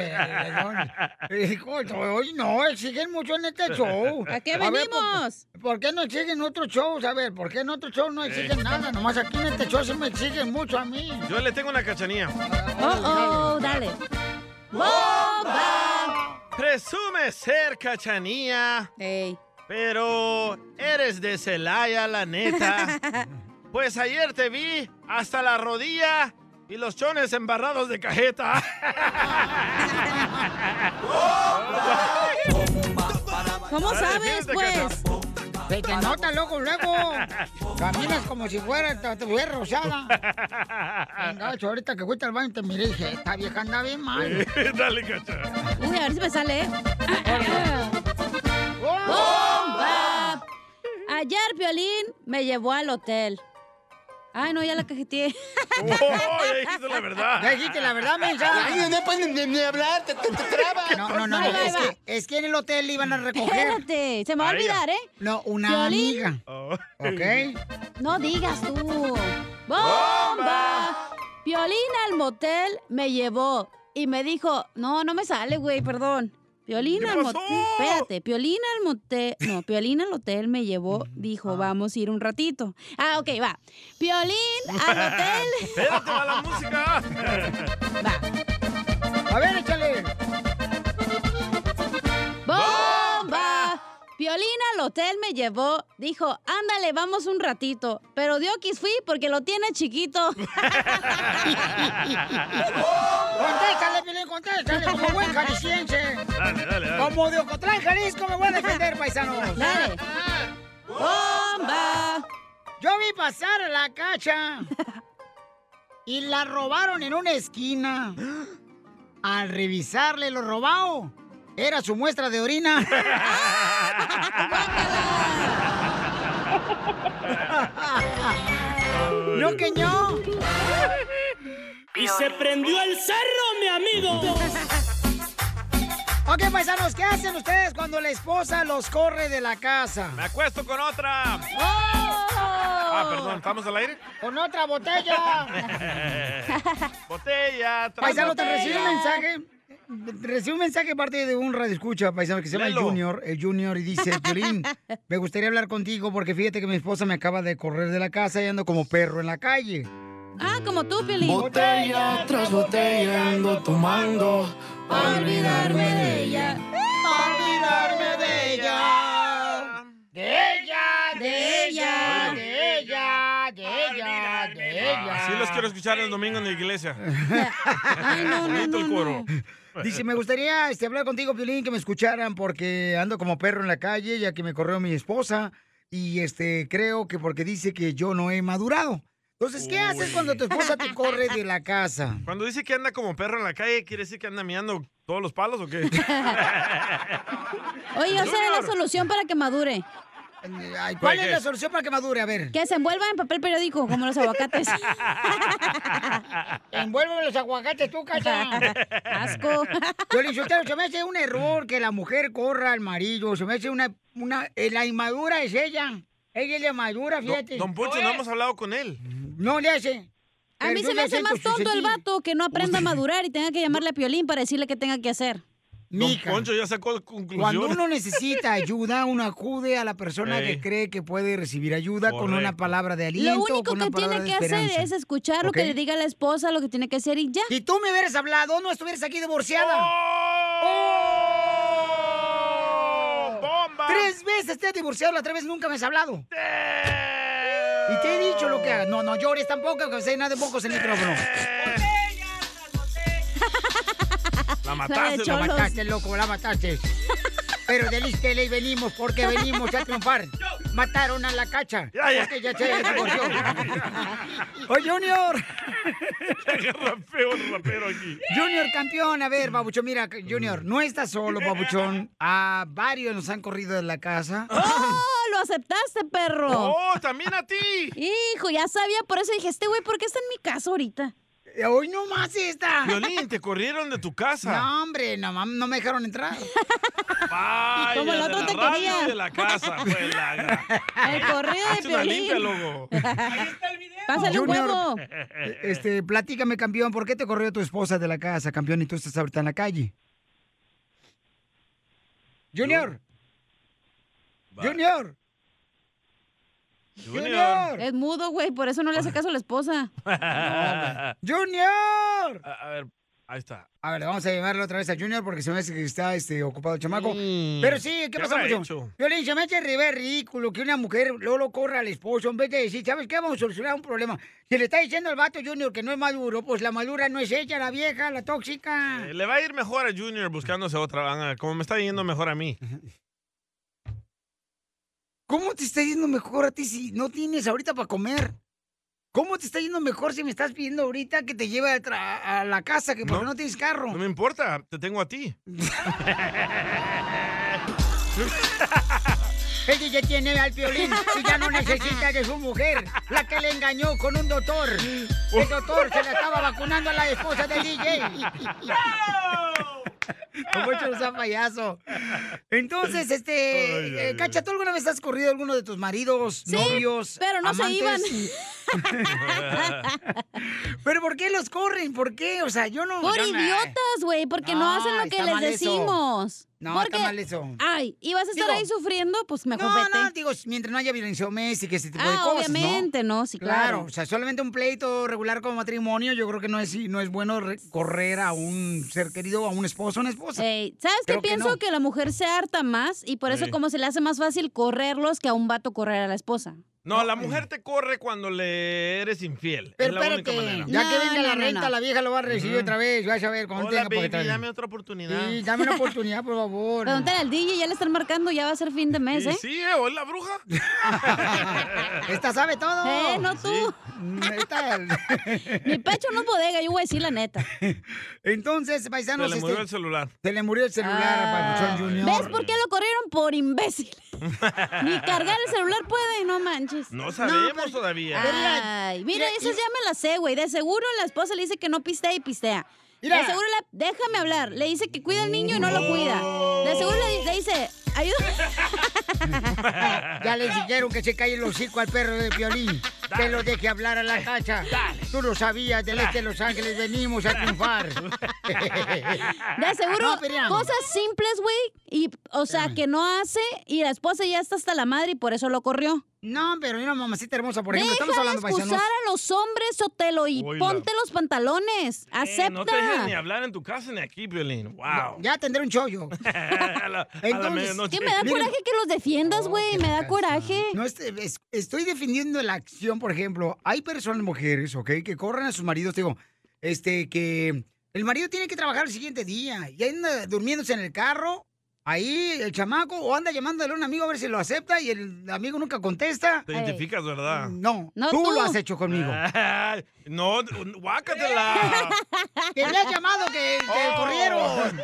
hoy no, exigen mucho en este show. ¿A qué venimos? ¿Por qué no exigen otros shows? A ver, ¿por qué en otro show no exigen nada? Nomás aquí en este show se me exigen mucho a mí. Yo le tengo una cachanilla. Dale. ¡Bomba! Presume ser cachanilla. Pero eres de Celaya, la neta. Pues ayer te vi hasta la rodilla y los chones embarrados de cajeta. ¿Cómo sabes, pues? Se te nota, loco, luego. Caminas como si fuera rosada. Venga, ahorita que fuiste al baño te miré y dije, esta vieja anda bien mal. Dale, cacha. Uy, a ver si me sale, ¿eh? ¡Bomba! Ayer Piolín me llevó al hotel. Ay, no, ya la cajeteé. Ya dijiste la verdad. Ya dijiste la verdad, mensa. Ay, no pueden ni hablar, te trabas. No, es que en el hotel iban a recoger. Espérate, se me va a olvidar, ¿eh? No, una Piolín. amiga. ¿Ok? No digas tú. ¡Bomba! Piolín al motel me llevó y me dijo, no me sale, güey, perdón. Piolín al motel, espérate, Piolín al hotel me llevó, dijo, vamos a ir un ratito. Ah, ok, va. Piolín al hotel. Espérate, va la música. A ver, échale. ¡Bomba! Piolín al hotel me llevó, dijo, ándale, vamos un ratito. Pero de Oquis fui porque lo tiene chiquito. Contéstale, Piolín, contéstale, como buen jalisciense. Dale. Como de Ocotlán, Jalisco, me voy a defender, paisanos. Dale. ¡Bomba! Yo vi pasar a la Cacha y la robaron en una esquina. Al revisarle lo robado, era su muestra de orina. ¿No que no? Y se prendió el cerro, mi amigo. Ok, paisanos, ¿qué hacen ustedes cuando la esposa los corre de la casa? Me acuesto con otra. Perdón, ¿estamos al aire? Con otra botella. Botella. Paisano, te recibe un mensaje. Recibe un mensaje de parte de un radioescucha, paisano, que se llama el Junior, y dice, Piolín, me gustaría hablar contigo porque fíjate que mi esposa me acaba de correr de la casa y ando como perro en la calle. Ah, como tú, Piolín. Botella tras botella ando tomando para olvidarme de ella. Para olvidarme de ella. De ella. Así los quiero escuchar el domingo en la iglesia. Ay, no. El coro. Dice, me gustaría hablar contigo, Piolín, que me escucharan porque ando como perro en la calle ya que me corrió mi esposa y creo que porque dice que yo no he madurado. Entonces, ¿qué haces cuando tu esposa te corre de la casa? Cuando dice que anda como perro en la calle, ¿quiere decir que anda miando todos los palos o qué? Oye, yo sé la solución para que madure. Ay, ¿cuál es la solución para que madure? A ver. Que se envuelva en papel periódico, como los aguacates. Envuélveme los aguacates tú, Cacha. Asco. Se me hace un error que la mujer corra al marido. Se me hace la inmadura es ella. Ella es la madura, fíjate. Don Poncho, no hemos hablado con él. No le hace. A mí se me hace más tonto el vato que no aprenda a madurar y tenga que llamarle a Piolín para decirle qué tenga que hacer. Don Poncho ya sacó conclusiones. Cuando uno necesita ayuda, uno acude a la persona que cree que puede recibir ayuda con una palabra de aliento. Lo único que tiene que hacer es escuchar lo que le diga a la esposa, lo que tiene que hacer y ya. Si tú me hubieras hablado, no estuvieras aquí divorciada. ¡Bomba! 3 veces te has divorciado, la 3 veces nunca me has hablado. Y te he dicho lo que hagas. No llores tampoco, que se nada de pocos en el micrófono. La mataste, La mataste, loco, la mataste. Pero del East LA venimos porque venimos a triunfar. Mataron a la Cacha. Porque ya se divorció. ¡Oh, Junior! Un rapero aquí. Junior campeón. A ver, Babuchón, mira, Junior, no estás solo, Babuchón. A varios nos han corrido de la casa. ¡Oh! Lo aceptaste, perro. ¡Oh, también a ti! Hijo, ya sabía, por eso dije, güey, ¿por qué está en mi casa ahorita? Hoy no más esta. Violín, te corrieron de tu casa. No, hombre, no me dejaron entrar. Vaya, como el otro de te la radio quería. y de la casa, pues, El correo de Hazte una Piolín. limpia, loco. Pásale un Junior, huevo. Platícame, campeón, ¿por qué te corrió tu esposa de la casa, campeón, y tú estás ahorita en la calle? Junior. Junior. Junior. Es mudo, güey, por eso no le hace caso a la esposa. ¡Junior! A ver, ahí está. A ver, vamos a llamarle otra vez a Junior porque se me hace que está ocupado el chamaco. Pero sí, ¿qué pasa, mucho? Violín, se me hace ridículo que una mujer luego lo corra al esposo en vez de decir, ¿sabes qué? Vamos a solucionar un problema. Si le está diciendo al vato Junior que no es maduro, pues la madura no es ella, la vieja, la tóxica. Le va a ir mejor a Junior buscándose otra, como me está yendo mejor a mí. ¿Cómo te está yendo mejor a ti si no tienes ahorita para comer? ¿Cómo te está yendo mejor si me estás pidiendo ahorita que te lleve a la casa, que porque no tienes carro? No me importa, te tengo a ti. Ella ya tiene al Piolín y ya no necesita de su mujer, la que le engañó con un doctor. El doctor se la estaba vacunando a la esposa del DJ. Como hecho no sea payaso. Entonces, Cacha, ¿tú alguna vez has corrido a alguno de tus maridos, novios, pero no amantes? se iban. ¿Pero por qué los corren? ¿Por qué? O sea, yo no... Por idiotas, güey, porque no hacen lo que les decimos. No, está mal eso. Ay, ¿y vas a estar ahí sufriendo? Pues mejor vete. No, digo, mientras no haya violencia doméstica, ese tipo de cosas, obviamente, ¿no? Sí, claro. O sea, solamente un pleito regular como matrimonio, yo creo que no es bueno correr a un ser querido, a un esposo o una esposa. ¿Sabes qué pienso? Que la mujer se harta más y por eso como se le hace más fácil correrlos que a un vato correr a la esposa. No, la mujer te corre cuando le eres infiel. Pero es la única manera. Ya que venga la renta, la vieja lo va a recibir otra vez. Vas a ver cuando Hola, tenga baby, dame otra oportunidad. Sí, dame una oportunidad, por favor. Pregúntale al DJ, ya le están marcando, ya va a ser fin de mes, ¿eh? Sí, hoy la bruja. Esta sabe todo. No tú. Mi pecho no es bodega, yo voy a decir la neta. Entonces, paisanos... Se le murió el celular. Se le murió el celular a Papuchón Junior. ¿Ves por qué lo corrieron? Por imbécil. Ni cargar el celular puede, no manches. No sabemos todavía. Ay, mira, esas ya me las sé, güey. De seguro la esposa le dice que no pistea y pistea. Mira. De seguro déjame hablar. Le dice que cuida al niño y no lo cuida. De seguro le dice, ayuda. Ya le dijeron que se calle el hocico al perro de Piolín. Que lo deje hablar a la Cacha. Tú lo sabías, del este de Los Ángeles venimos a triunfar. De seguro, No, cosas simples, güey. Y, o sea, que no hace y la esposa ya está hasta la madre y por eso lo corrió. No, pero mira, mamacita hermosa, por ejemplo, Deja estamos hablando, de excusar paisanos. a los hombres, Sotelo, y ponte los pantalones. Acepta. No te dejes ni hablar en tu casa ni aquí, Piolín. Wow. Ya tendré un chollo. Entonces, que me da coraje que los defiendas, güey. Me da coraje. No, estoy defendiendo la acción, por ejemplo. Hay personas, mujeres, ¿ok? Que corren a sus maridos, digo, que el marido tiene que trabajar el siguiente día y anda durmiéndose en el carro. Ahí el chamaco o anda llamándole a un amigo a ver si lo acepta y el amigo nunca contesta. Te identificas, ¿verdad? No, tú lo has hecho conmigo. No, guácatela. Que me has llamado que corrieron.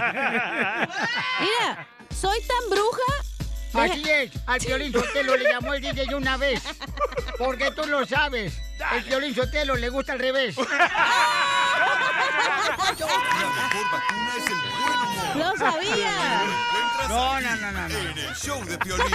Mira, soy tan bruja. Así es, al Piolín Sotelo le llamó el DJ una vez. Porque tú lo sabes. El Piolín Sotelo le gusta al revés. La mejor vacuna es el buen humor. ¡Lo sabía! No. En el show de Piolín.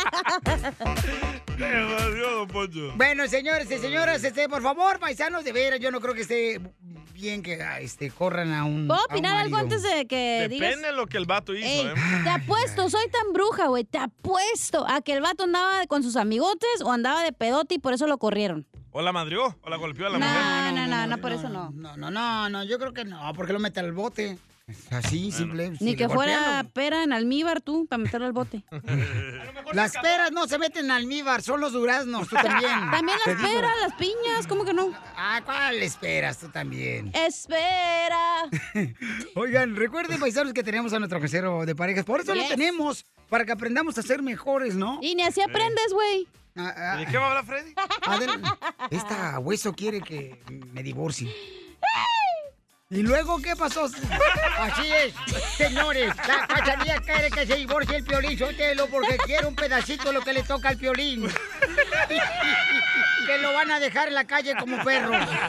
Bueno, señores y señoras, por favor, paisanos, de veras, yo no creo que esté bien que corran a un. ¿Puedo opinar algo antes de que digas? Depende de lo que el vato hizo, Te apuesto, soy tan bruja, güey. Te apuesto a que el vato andaba con sus amigotes o andaba de pedote y por eso lo corrieron. O la madrió, o la golpeó a la mujer. No, por eso no. No, yo creo que no, porque lo mete al bote. Así, simple. Ni si que le fuera golpean, pera en almíbar tú, para meterlo al bote. Las peras no se meten en almíbar, son los duraznos, tú también. También Te las digo. peras, las piñas, ¿cómo que no? Ah, ¿cuál esperas tú también? Espera. Oigan, recuerden, paisanos, que tenemos a nuestro consejero de parejas. Por eso lo Yes. tenemos, para que aprendamos a ser mejores, ¿no? Y ni así aprendes, güey. ¿De qué va a hablar Freddy? Esta hueso quiere que me divorcie. ¿Y luego qué pasó? Así es, señores. La Cachanilla quiere que se divorcie el Piolín Sotelo porque quiere un pedacito de lo que le toca al Piolín. Que lo van a dejar en la calle como perro.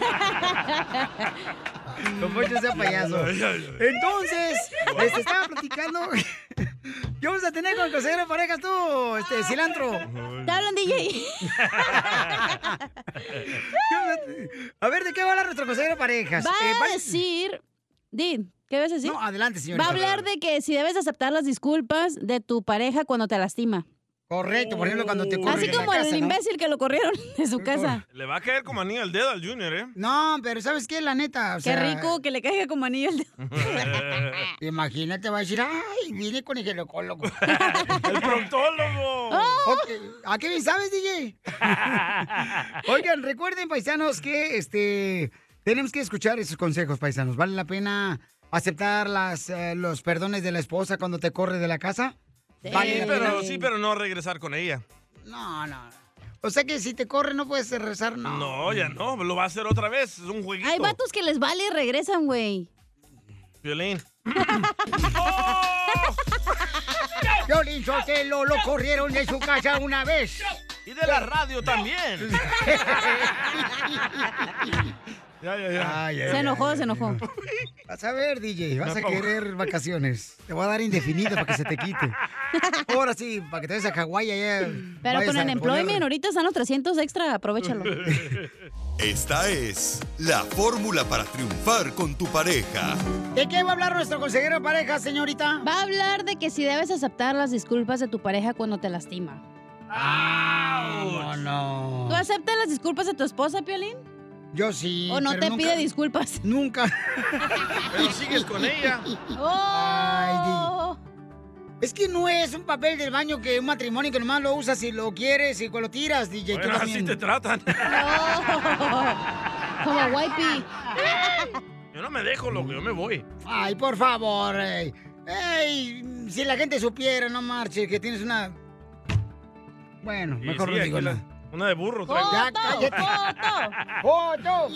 Como yo sea payaso. Entonces, les estaba platicando. ¿Qué vamos a tener con el consejero de parejas tú, cilantro? Te hablan, DJ. A ver, ¿de qué va a hablar nuestro consejero de parejas? Va a decir... ¿qué vas a decir? No, adelante, señorita. Va a hablar de que si debes aceptar las disculpas de tu pareja cuando te lastima. Correcto, por ejemplo, cuando te corren Así en la como casa, el ¿no? imbécil que lo corrieron de su casa. Le va a caer como anillo al dedo al Junior, ¿eh? No, pero ¿sabes qué? La neta, o Qué sea... rico que le caiga como anillo al dedo. Imagínate, va a decir, ay, vine con el ginecólogo. ¡El proctólogo! Ok, ¿a qué bien sabes, DJ? Oigan, recuerden, paisanos, que tenemos que escuchar esos consejos, paisanos. ¿Vale la pena aceptar los perdones de la esposa cuando te corre de la casa? ¿Vale la pena? Sí, pero no regresar con ella. No. O sea que si te corre no puedes regresar, no. No, ya no, lo va a hacer otra vez, es un jueguito. Hay vatos que les vale y regresan, güey. Violín. Piolín Sotelo lo corrieron de su casa una vez. Y de la radio también. Ya. Se enojó. Vas a ver, DJ, vas a querer vacaciones. Te voy a dar indefinido para que se te quite. Ahora sí, para que te vayas a Hawái allá. Pero con el employment, ahorita están los 300 extra, aprovechalo. Esta es la fórmula para triunfar con tu pareja. ¿De qué va a hablar nuestro consejero de pareja, señorita? Va a hablar de que si debes aceptar las disculpas de tu pareja cuando te lastima. No. ¿Tú aceptas las disculpas de tu esposa, Piolín? Yo sí. ¿O no pero te nunca- pide disculpas? Nunca. Pero sigues con ella. ¡Oh! Es que no es un papel del baño que un matrimonio que nomás lo usas si lo quieres y cuando lo tiras, DJ. Bueno, tú así también. te tratan. Como wipey. Yo no me dejo, loco, yo me voy. Ay, por favor. Si la gente supiera, no marche, que tienes una... Bueno, Sí, mejor sí, no digo aquí nada. una de burro traigo. Ya, cállate. ¡Foto!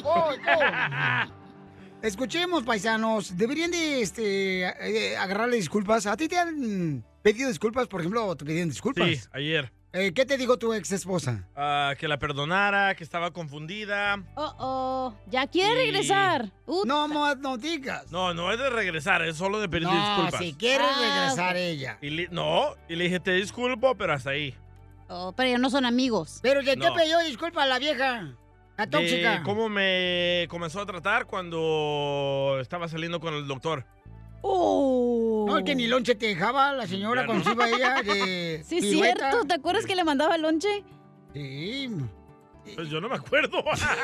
Escuchemos, paisanos. Deberían de agarrarle disculpas. ¿A ti te han pedido disculpas, por ejemplo, o te pidieron disculpas? Sí, ayer. ¿Qué te dijo tu ex esposa? Que la perdonara, que estaba confundida. Ya quiere regresar. No digas. No es de regresar, es solo de pedir No, disculpas. si quiere regresar ella. Y le dije, te disculpo, pero hasta ahí. Pero ellos no son amigos. ¿Pero de qué No. pidió disculpa a la vieja? La tóxica. De cómo me comenzó a tratar cuando estaba saliendo con el doctor. No, es que ni lonche te dejaba la señora Ya cuando no. se iba ella de Sí, es pirueta. cierto. ¿Te acuerdas que le mandaba lonche? Sí. Pues yo no me acuerdo.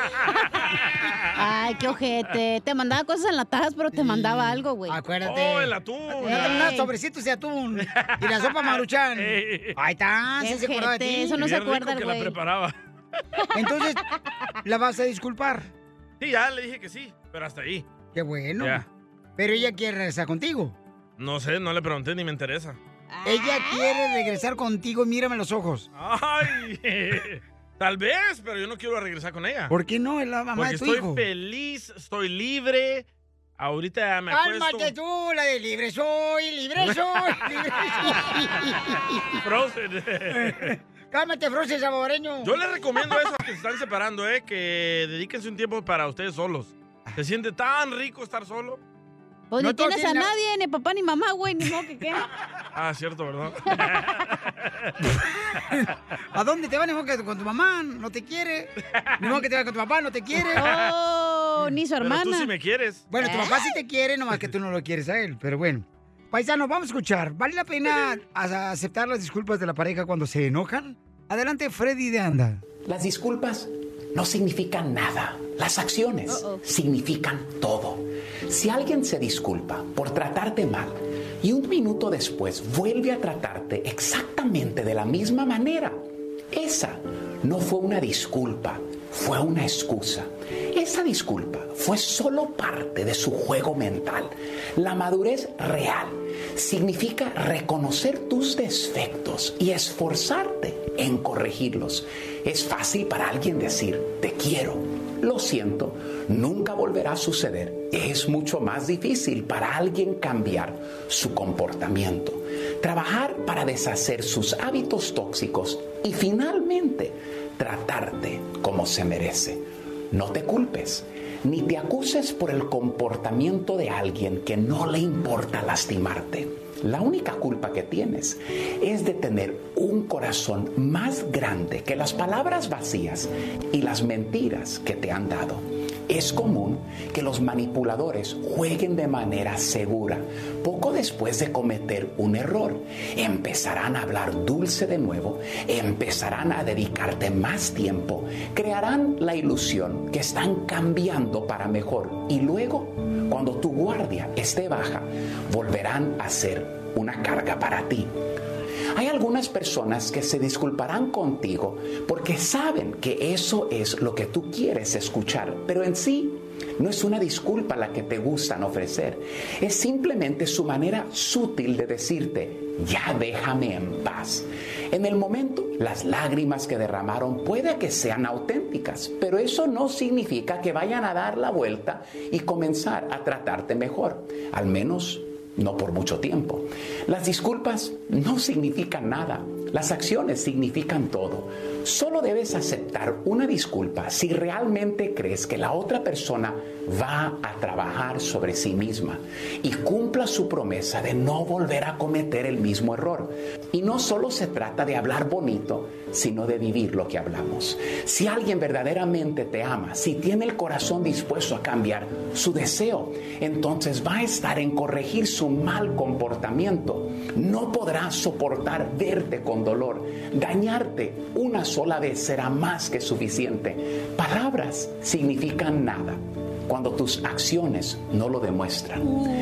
Ay, qué ojete. Te mandaba cosas enlatadas, pero te mandaba algo, güey. Acuérdate. el atún. No te mandaba sobrecitos de atún. Y la sopa Maruchan. Ahí está, Qué sí se acordaba de ti. ojete, eso no se Bien rico acuerda el que la güey. preparaba. Entonces, ¿la vas a disculpar? Sí, ya le dije que sí, pero hasta ahí. Qué bueno. Ya. Pero ella quiere regresar contigo. No sé, no le pregunté ni me interesa. Ella quiere regresar contigo, mírame los ojos. Ay, tal vez, pero yo no quiero regresar con ella. ¿Por qué no? Es la mamá Porque de tu estoy hijo. feliz, estoy libre. Ahorita me acuesto. Cálmate tú, la de libre soy, libre soy, libre soy. Frozen. Cálmate, Frozen saboreño. Yo les recomiendo a esos que se están separando, que dedíquense un tiempo para ustedes solos. Se siente tan rico estar solo. Pues No ni todos tienes a tienen- nadie, ni papá ni mamá, güey, ni modo que qué. Ah, cierto, ¿verdad? ¿A dónde te vas? Ni modo que con tu mamá no te quiere. Ni modo que te vas con tu papá, no te quiere. Oh, ni su Pero hermana. tú sí me quieres. Bueno, tu papá sí te quiere, nomás que tú no lo quieres a él. Pero bueno. Paisanos, vamos a escuchar. ¿Vale la pena aceptar las disculpas de la pareja cuando se enojan? Adelante, Freddy de Anda. Las disculpas no significan nada. Las acciones significan todo. Si alguien se disculpa por tratarte mal y un minuto después vuelve a tratarte exactamente de la misma manera, esa no fue una disculpa, fue una excusa. Esa disculpa fue solo parte de su juego mental. La madurez real significa reconocer tus defectos y esforzarte en corregirlos. Es fácil para alguien decir, te quiero, lo siento, nunca volverá a suceder. Es mucho más difícil para alguien cambiar su comportamiento, trabajar para deshacer sus hábitos tóxicos y finalmente tratarte como se merece. No te culpes, ni te acuses por el comportamiento de alguien que no le importa lastimarte. La única culpa que tienes es de tener un corazón más grande que las palabras vacías y las mentiras que te han dado. Es común que los manipuladores jueguen de manera segura. Poco después de cometer un error, empezarán a hablar dulce de nuevo, empezarán a dedicarte más tiempo, crearán la ilusión que están cambiando para mejor y luego, cuando tu guardia esté baja, volverán a ser una carga para ti. Hay algunas personas que se disculparán contigo porque saben que eso es lo que tú quieres escuchar, pero en sí no es una disculpa la que te gustan ofrecer. Es simplemente su manera sutil de decirte, ya déjame en paz. En el momento, las lágrimas que derramaron puede que sean auténticas, pero eso no significa que vayan a dar la vuelta y comenzar a tratarte mejor. Al menos no por mucho tiempo. Las disculpas no significan nada. Las acciones significan todo. Solo debes aceptar una disculpa si realmente crees que la otra persona va a trabajar sobre sí misma y cumpla su promesa de no volver a cometer el mismo error. Y no solo se trata de hablar bonito, sino de vivir lo que hablamos. Si alguien verdaderamente te ama, si tiene el corazón dispuesto a cambiar su deseo, entonces va a estar en corregir su mal comportamiento. No podrá soportar verte con dolor. Dañarte una sola vez será más que suficiente. Palabras significan nada cuando tus acciones no lo demuestran.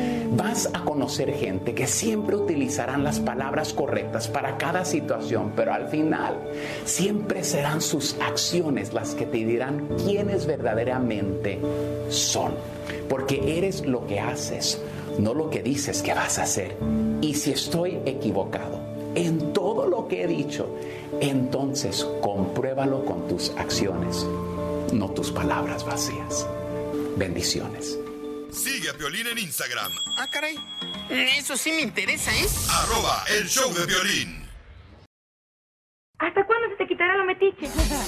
Vas a conocer gente que siempre utilizarán las palabras correctas para cada situación, pero al final siempre serán sus acciones las que te dirán quiénes verdaderamente son. Porque eres lo que haces, no lo que dices que vas a hacer. Y si estoy equivocado en todo lo que he dicho, entonces compruébalo con tus acciones, no tus palabras vacías. Bendiciones. Sigue a Piolín en Instagram. Ah, caray. Eso sí me interesa, ¿eh? @elshowdepiolín. ¿Hasta cuándo se te quitará lo metiche?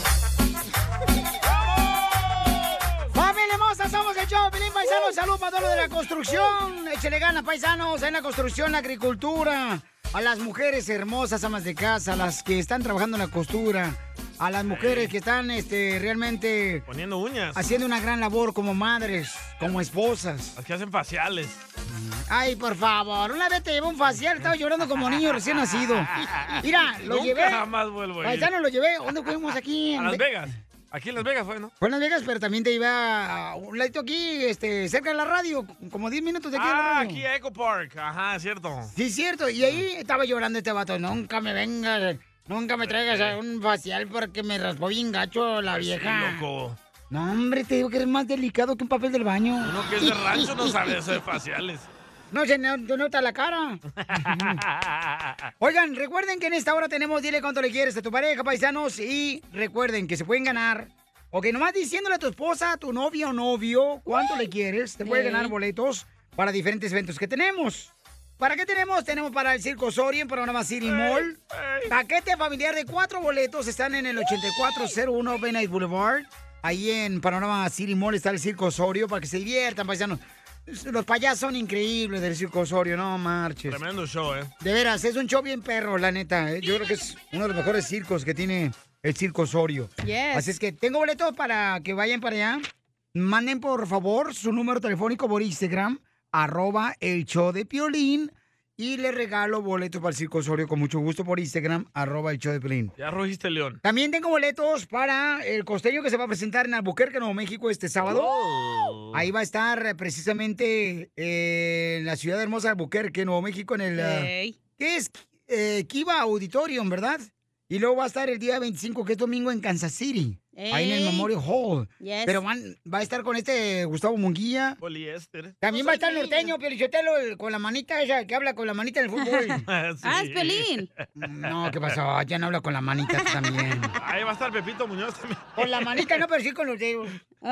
¡Familia hermosa! Somos el show de Piolín, paisanos. Salud para todo lo de la construcción. Échale ganas, paisanos, en la construcción, la agricultura. A las mujeres hermosas, amas de casa, a las que están trabajando en la costura, a las mujeres que están realmente poniendo uñas, haciendo una gran labor como madres, como esposas. Las que hacen faciales. Ay, por favor, una vez te llevé un facial, estaba llorando como niño recién nacido. Mira, lo Nunca llevé. jamás vuelvo a ir. Paisano, lo llevé. ¿Dónde fuimos aquí? A Las Vegas. Aquí en Las Vegas fue, ¿no? Fue en Las Vegas, pero también te iba a un ladito aquí, cerca de la radio, como 10 minutos de aquí de la radio. Aquí a Echo Park. Ajá, cierto. Sí, cierto. Y ahí estaba llorando este vato. Nunca me vengas, nunca me traigas a un facial porque me raspó bien gacho la vieja. Sí, loco. No, hombre, te digo que eres más delicado que un papel del baño. Uno que es de rancho no sabe eso de faciales. No se nota la cara. Oigan, recuerden que en esta hora tenemos Dile Cuánto Le Quieres a tu pareja, paisanos. Y recuerden que se pueden ganar. Ok, nomás diciéndole a tu esposa, a tu novia o novio cuánto le quieres, te puede ganar boletos para diferentes eventos que tenemos. ¿Para qué tenemos? Tenemos para el Circo Osorio en Panorama City Mall. Paquete familiar de 4 boletos. Están en el 8401 Bay Night Boulevard. Ahí en Panorama City Mall está el Circo Osorio para que se diviertan, paisanos. Los payasos son increíbles del Circo Osorio, no marches. Tremendo show, De veras, es un show bien perro, la neta. Yo creo que es uno de los mejores circos que tiene el Circo Osorio. Yes. Así es que tengo boletos para que vayan para allá. Manden, por favor, su número telefónico por Instagram, @el show de Piolín. y le regalo boletos para el Circo Osorio con mucho gusto por Instagram, @elshowdepiolín. Ya rugiste león. También tengo boletos para el costeño que se va a presentar en Albuquerque, Nuevo México, este sábado. Oh. Ahí va a estar precisamente en la ciudad hermosa de Albuquerque, Nuevo México, en el... ¿Qué es? Kiva Auditorium, ¿verdad? Y luego va a estar el día 25, que es domingo, en Kansas City. Ahí en el Memorial Hall. Yes. Pero va a estar con Gustavo Munguía. Poliéster. También va a estar el norteño, Piolichotelo, con la manita esa, que habla con la manita en el fútbol. Sí. Es Pelín. No, ¿qué pasó? Ya no habla con la manita tú también. Ahí va a estar Pepito Muñoz también. Con la manita no, pero sí con los dedos.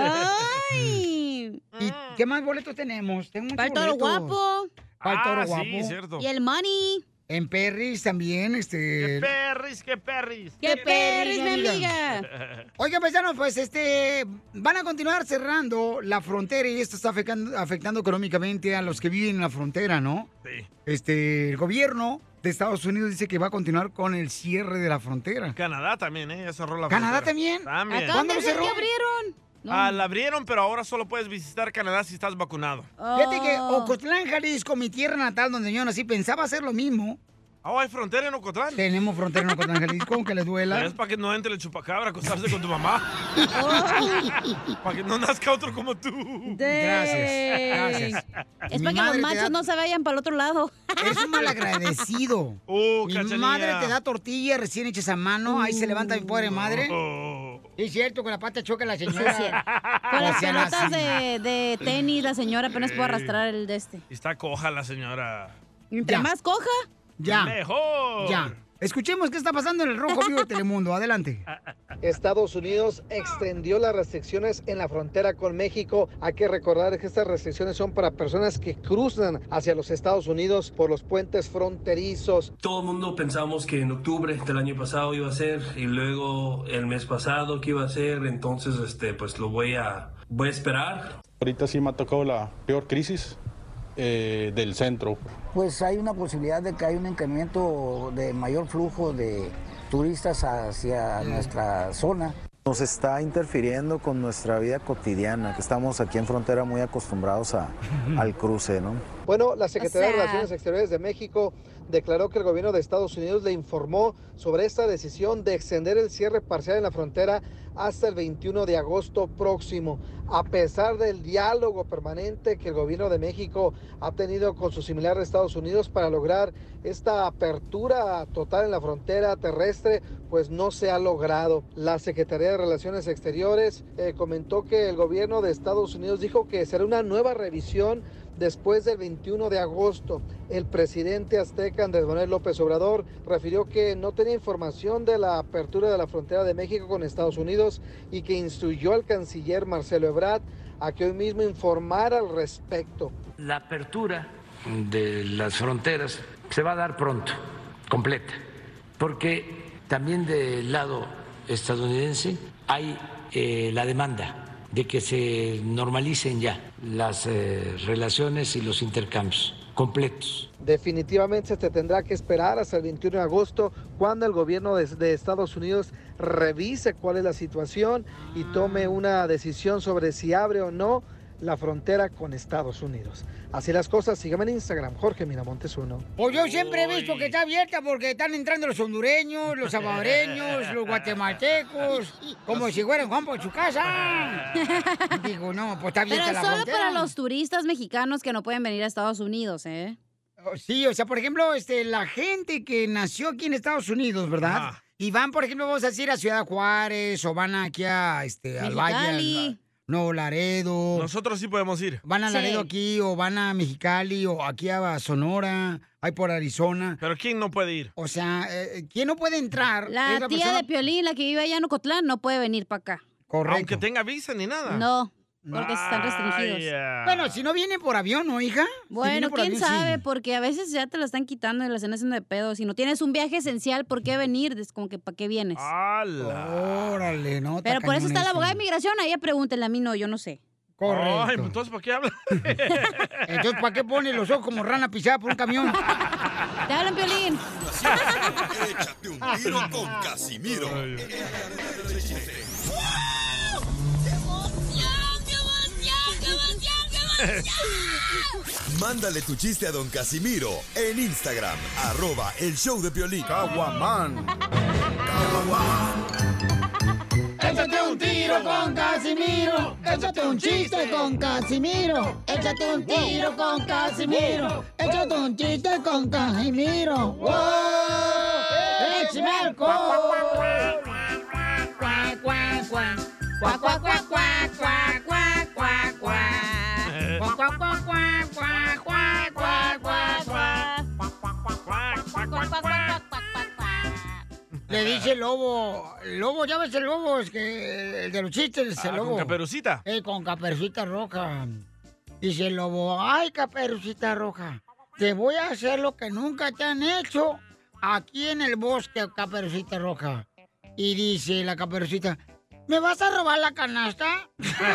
¡Ay! ¿Y qué más boletos tenemos? Para el Toro Guapo. Para el Toro Guapo. Sí, cierto. Y el Money. En Perris también, ¡Qué perris, qué perris! ¡Qué perris, mi amiga! Oigan, paisanos, pues van a continuar cerrando la frontera y esto está afectando económicamente a los que viven en la frontera, ¿no? Sí. El gobierno de Estados Unidos dice que va a continuar con el cierre de la frontera. Canadá también, ya cerró la ¿Canadá frontera. también? ¿Cuándo lo cerró? ¿Qué abrieron? No. La abrieron, pero ahora solo puedes visitar Canadá si estás vacunado. Fíjate que Ocotlán, Jalisco, mi tierra natal, donde yo nací, pensaba hacer lo mismo. ¿Hay frontera en Ocotlán? Tenemos frontera en Ocotlán, Jalisco, aunque les duela. Es para que no entre el chupacabra a acostarse con tu mamá. Para que no nazca otro como tú. Gracias. Es para que los machos no se vayan para el otro lado. Es un malagradecido. Mi Cachanilla. madre te da tortilla recién hechas a mano, ahí se levanta mi pobre madre. Sí, es cierto, con la pata choca la señora. Sí. Con las pelotas de tenis, la señora apenas puede arrastrar el de este. Y está coja la señora. Entre más coja, ya. Mejor. Ya. Escuchemos qué está pasando en el Rojo Vivo de Telemundo. Adelante. Estados Unidos extendió las restricciones en la frontera con México. Hay que recordar que estas restricciones son para personas que cruzan hacia los Estados Unidos por los puentes fronterizos. Todo el mundo pensamos que en octubre del año pasado iba a ser y luego el mes pasado que iba a ser, entonces pues lo voy a esperar. Ahorita sí me ha tocado la peor crisis del centro. Pues hay una posibilidad de que hay un incremento de mayor flujo de turistas hacia nuestra zona. Nos está interfiriendo con nuestra vida cotidiana, que estamos aquí en frontera muy acostumbrados al cruce, ¿no? Bueno, la Secretaría de Relaciones Exteriores de México declaró que el gobierno de Estados Unidos le informó sobre esta decisión de extender el cierre parcial en la frontera hasta el 21 de agosto próximo, a pesar del diálogo permanente que el gobierno de México ha tenido con su similar de Estados Unidos para lograr esta apertura total en la frontera terrestre, pues no se ha logrado. La Secretaría de Relaciones Exteriores comentó que el gobierno de Estados Unidos dijo que será una nueva revisión después del 21 de agosto. El presidente azteca Andrés Manuel López Obrador refirió que no tenía información de la apertura de la frontera de México con Estados Unidos y que instruyó al canciller Marcelo Ebrard a que hoy mismo informara al respecto. La apertura de las fronteras se va a dar pronto, completa, porque también del lado estadounidense hay la demanda de que se normalicen ya las relaciones y los intercambios completos. Definitivamente se tendrá que esperar hasta el 21 de agosto cuando el gobierno de Estados Unidos revise cuál es la situación y tome una decisión sobre si abre o no la frontera con Estados Unidos. Así las cosas, síganme en Instagram, Jorge Miramontes 1. Pues yo siempre he visto que está abierta porque están entrando los hondureños, los salvadoreños, los guatemaltecos, como si fueran Juan por su casa. Digo, no, pues está abierta la frontera. Pero solo para los turistas mexicanos que no pueden venir a Estados Unidos, ¿eh? Sí, o sea, por ejemplo, la gente que nació aquí en Estados Unidos, ¿verdad? Y van, por ejemplo, vamos a decir a Ciudad Juárez o van aquí a al Valle, Nuevo Laredo. Nosotros sí podemos ir. Van a Laredo aquí o van a Mexicali o aquí a Sonora, hay por Arizona. ¿Pero quién no puede ir? O sea, ¿quién no puede entrar? La tía de Piolín, la que vive allá en Ocotlán, no puede venir para acá. Correcto. Aunque tenga visa ni nada. No, porque están restringidos. Bueno, si no viene por avión, ¿no, hija? Bueno, si quién avión, sabe, sí. porque a veces ya te la están quitando y la están haciendo de pedo. Si no tienes un viaje esencial, ¿por qué venir? Es como que ¿para qué vienes? Órale, no. Pero por eso está la abogada de inmigración, a ella pregúntenle, a mí no, yo no sé. Correcto. Ay, entonces, ¿para qué habla? Entonces, ¿para qué pone los ojos como rana pisada por un camión? ¡Te hablan, Piolín! Échate un tiro con Casimiro. Mándale tu chiste a don Casimiro en Instagram, @el show de Piolín. Caguamán. Échate un tiro con Casimiro. Échate un chiste con Casimiro. Échate un tiro con Casimiro. Échate un chiste con Casimiro. ¡Wow! ¡Échame alcohol! ¡Cuac, cuac, cuac! ¡Cuac, cuac, cuac, cuac, cuac, cuac, cuac, cuac! ¡Cuac, cuac, cuac, cuac, cuac, cuac, cuac, cuac! Le dice el lobo, ya ves el lobo, es que el de los chistes, el lobo. Con Caperucita. Con Caperucita Roja. Dice el lobo, ay, Caperucita Roja, te voy a hacer lo que nunca te han hecho aquí en el bosque, Caperucita Roja. Y dice la Caperucita, ¿me vas a robar la canasta?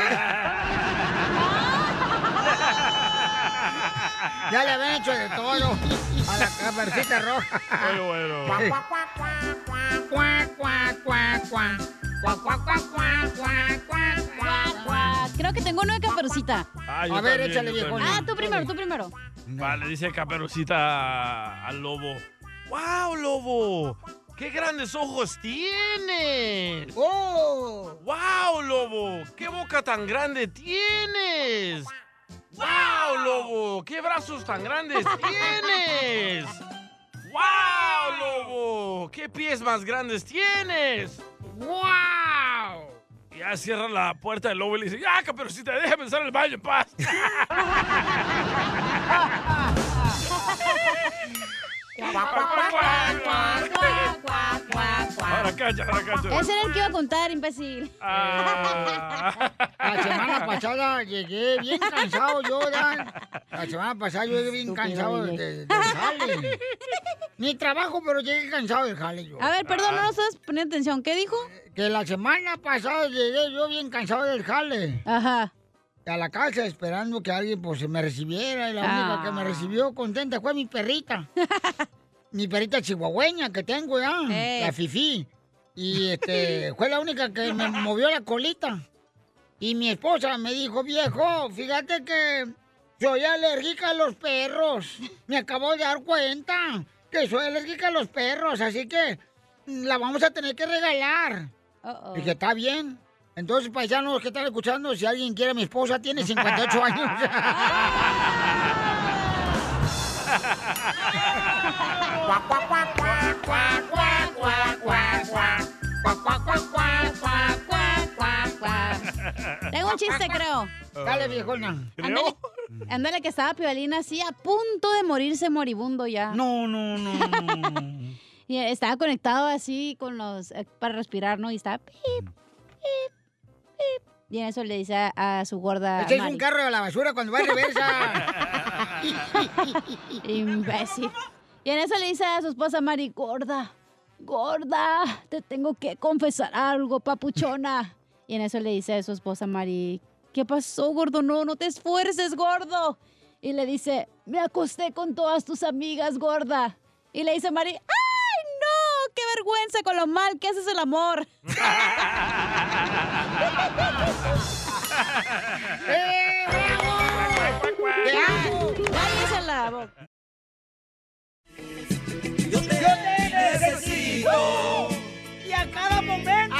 Ya le habían hecho de todo a la Caperucita Roja. Bueno. Creo que tengo uno de Caperucita. A ver, échale, viejo. Tú primero. Vale, dice Caperucita al lobo. ¡Wow, lobo! ¡Qué grandes ojos tienes! ¡Oh! ¡Wow, lobo! ¡Qué boca tan grande tienes! ¡Wow, lobo! ¡Qué brazos tan grandes tienes! ¡Wow, lobo! ¡Qué pies más grandes tienes! ¡Wow! Y ya cierra la puerta del lobo y le dice, ¡ya, Caperucita, déjame usar el baño en paz! Ahora cacha. Ese era el que iba a contar, imbécil. La semana pasada llegué bien cansado yo, Dan. La semana pasada yo llegué bien cansado del jale. Ni trabajo, pero llegué cansado del jale yo. A ver, perdón, no estás poniendo atención. ¿Qué dijo? Que la semana pasada llegué yo bien cansado del jale. Ajá. A la casa esperando que alguien pues me recibiera y la única que me recibió contenta fue mi perrita. Mi perrita chihuahueña que tengo ya, la Fifi. Y fue la única que me movió la colita. Y mi esposa me dijo, viejo, fíjate que soy alérgica a los perros. Me acabo de dar cuenta que soy alérgica a los perros, así que la vamos a tener que regalar. Dije, está bien. Entonces, paisanos que están escuchando, si alguien quiere a mi esposa, tiene 58 años. Tengo un chiste, creo. Dale, viejona. Ándale, que estaba Piolín así a punto de morirse moribundo ya. No. Y estaba conectado así con los para respirar, ¿no? Y estaba pip, pip, pip. Y en eso le dice a su gorda Este es un carro de la basura cuando va en reversa. Imbécil. Y en eso le dice a su esposa Mari, gorda, te tengo que confesar algo, papuchona. Y en eso le dice a su esposa Mari, ¿qué pasó, gordo? No te esfuerces, gordo. Y le dice, me acosté con todas tus amigas, gorda. Y le dice Mari, ¡ay, no! ¡Qué vergüenza con lo mal que haces el amor! ¡Te amo! ¡Cállese la boca! Yo te necesito. Y a cada momento.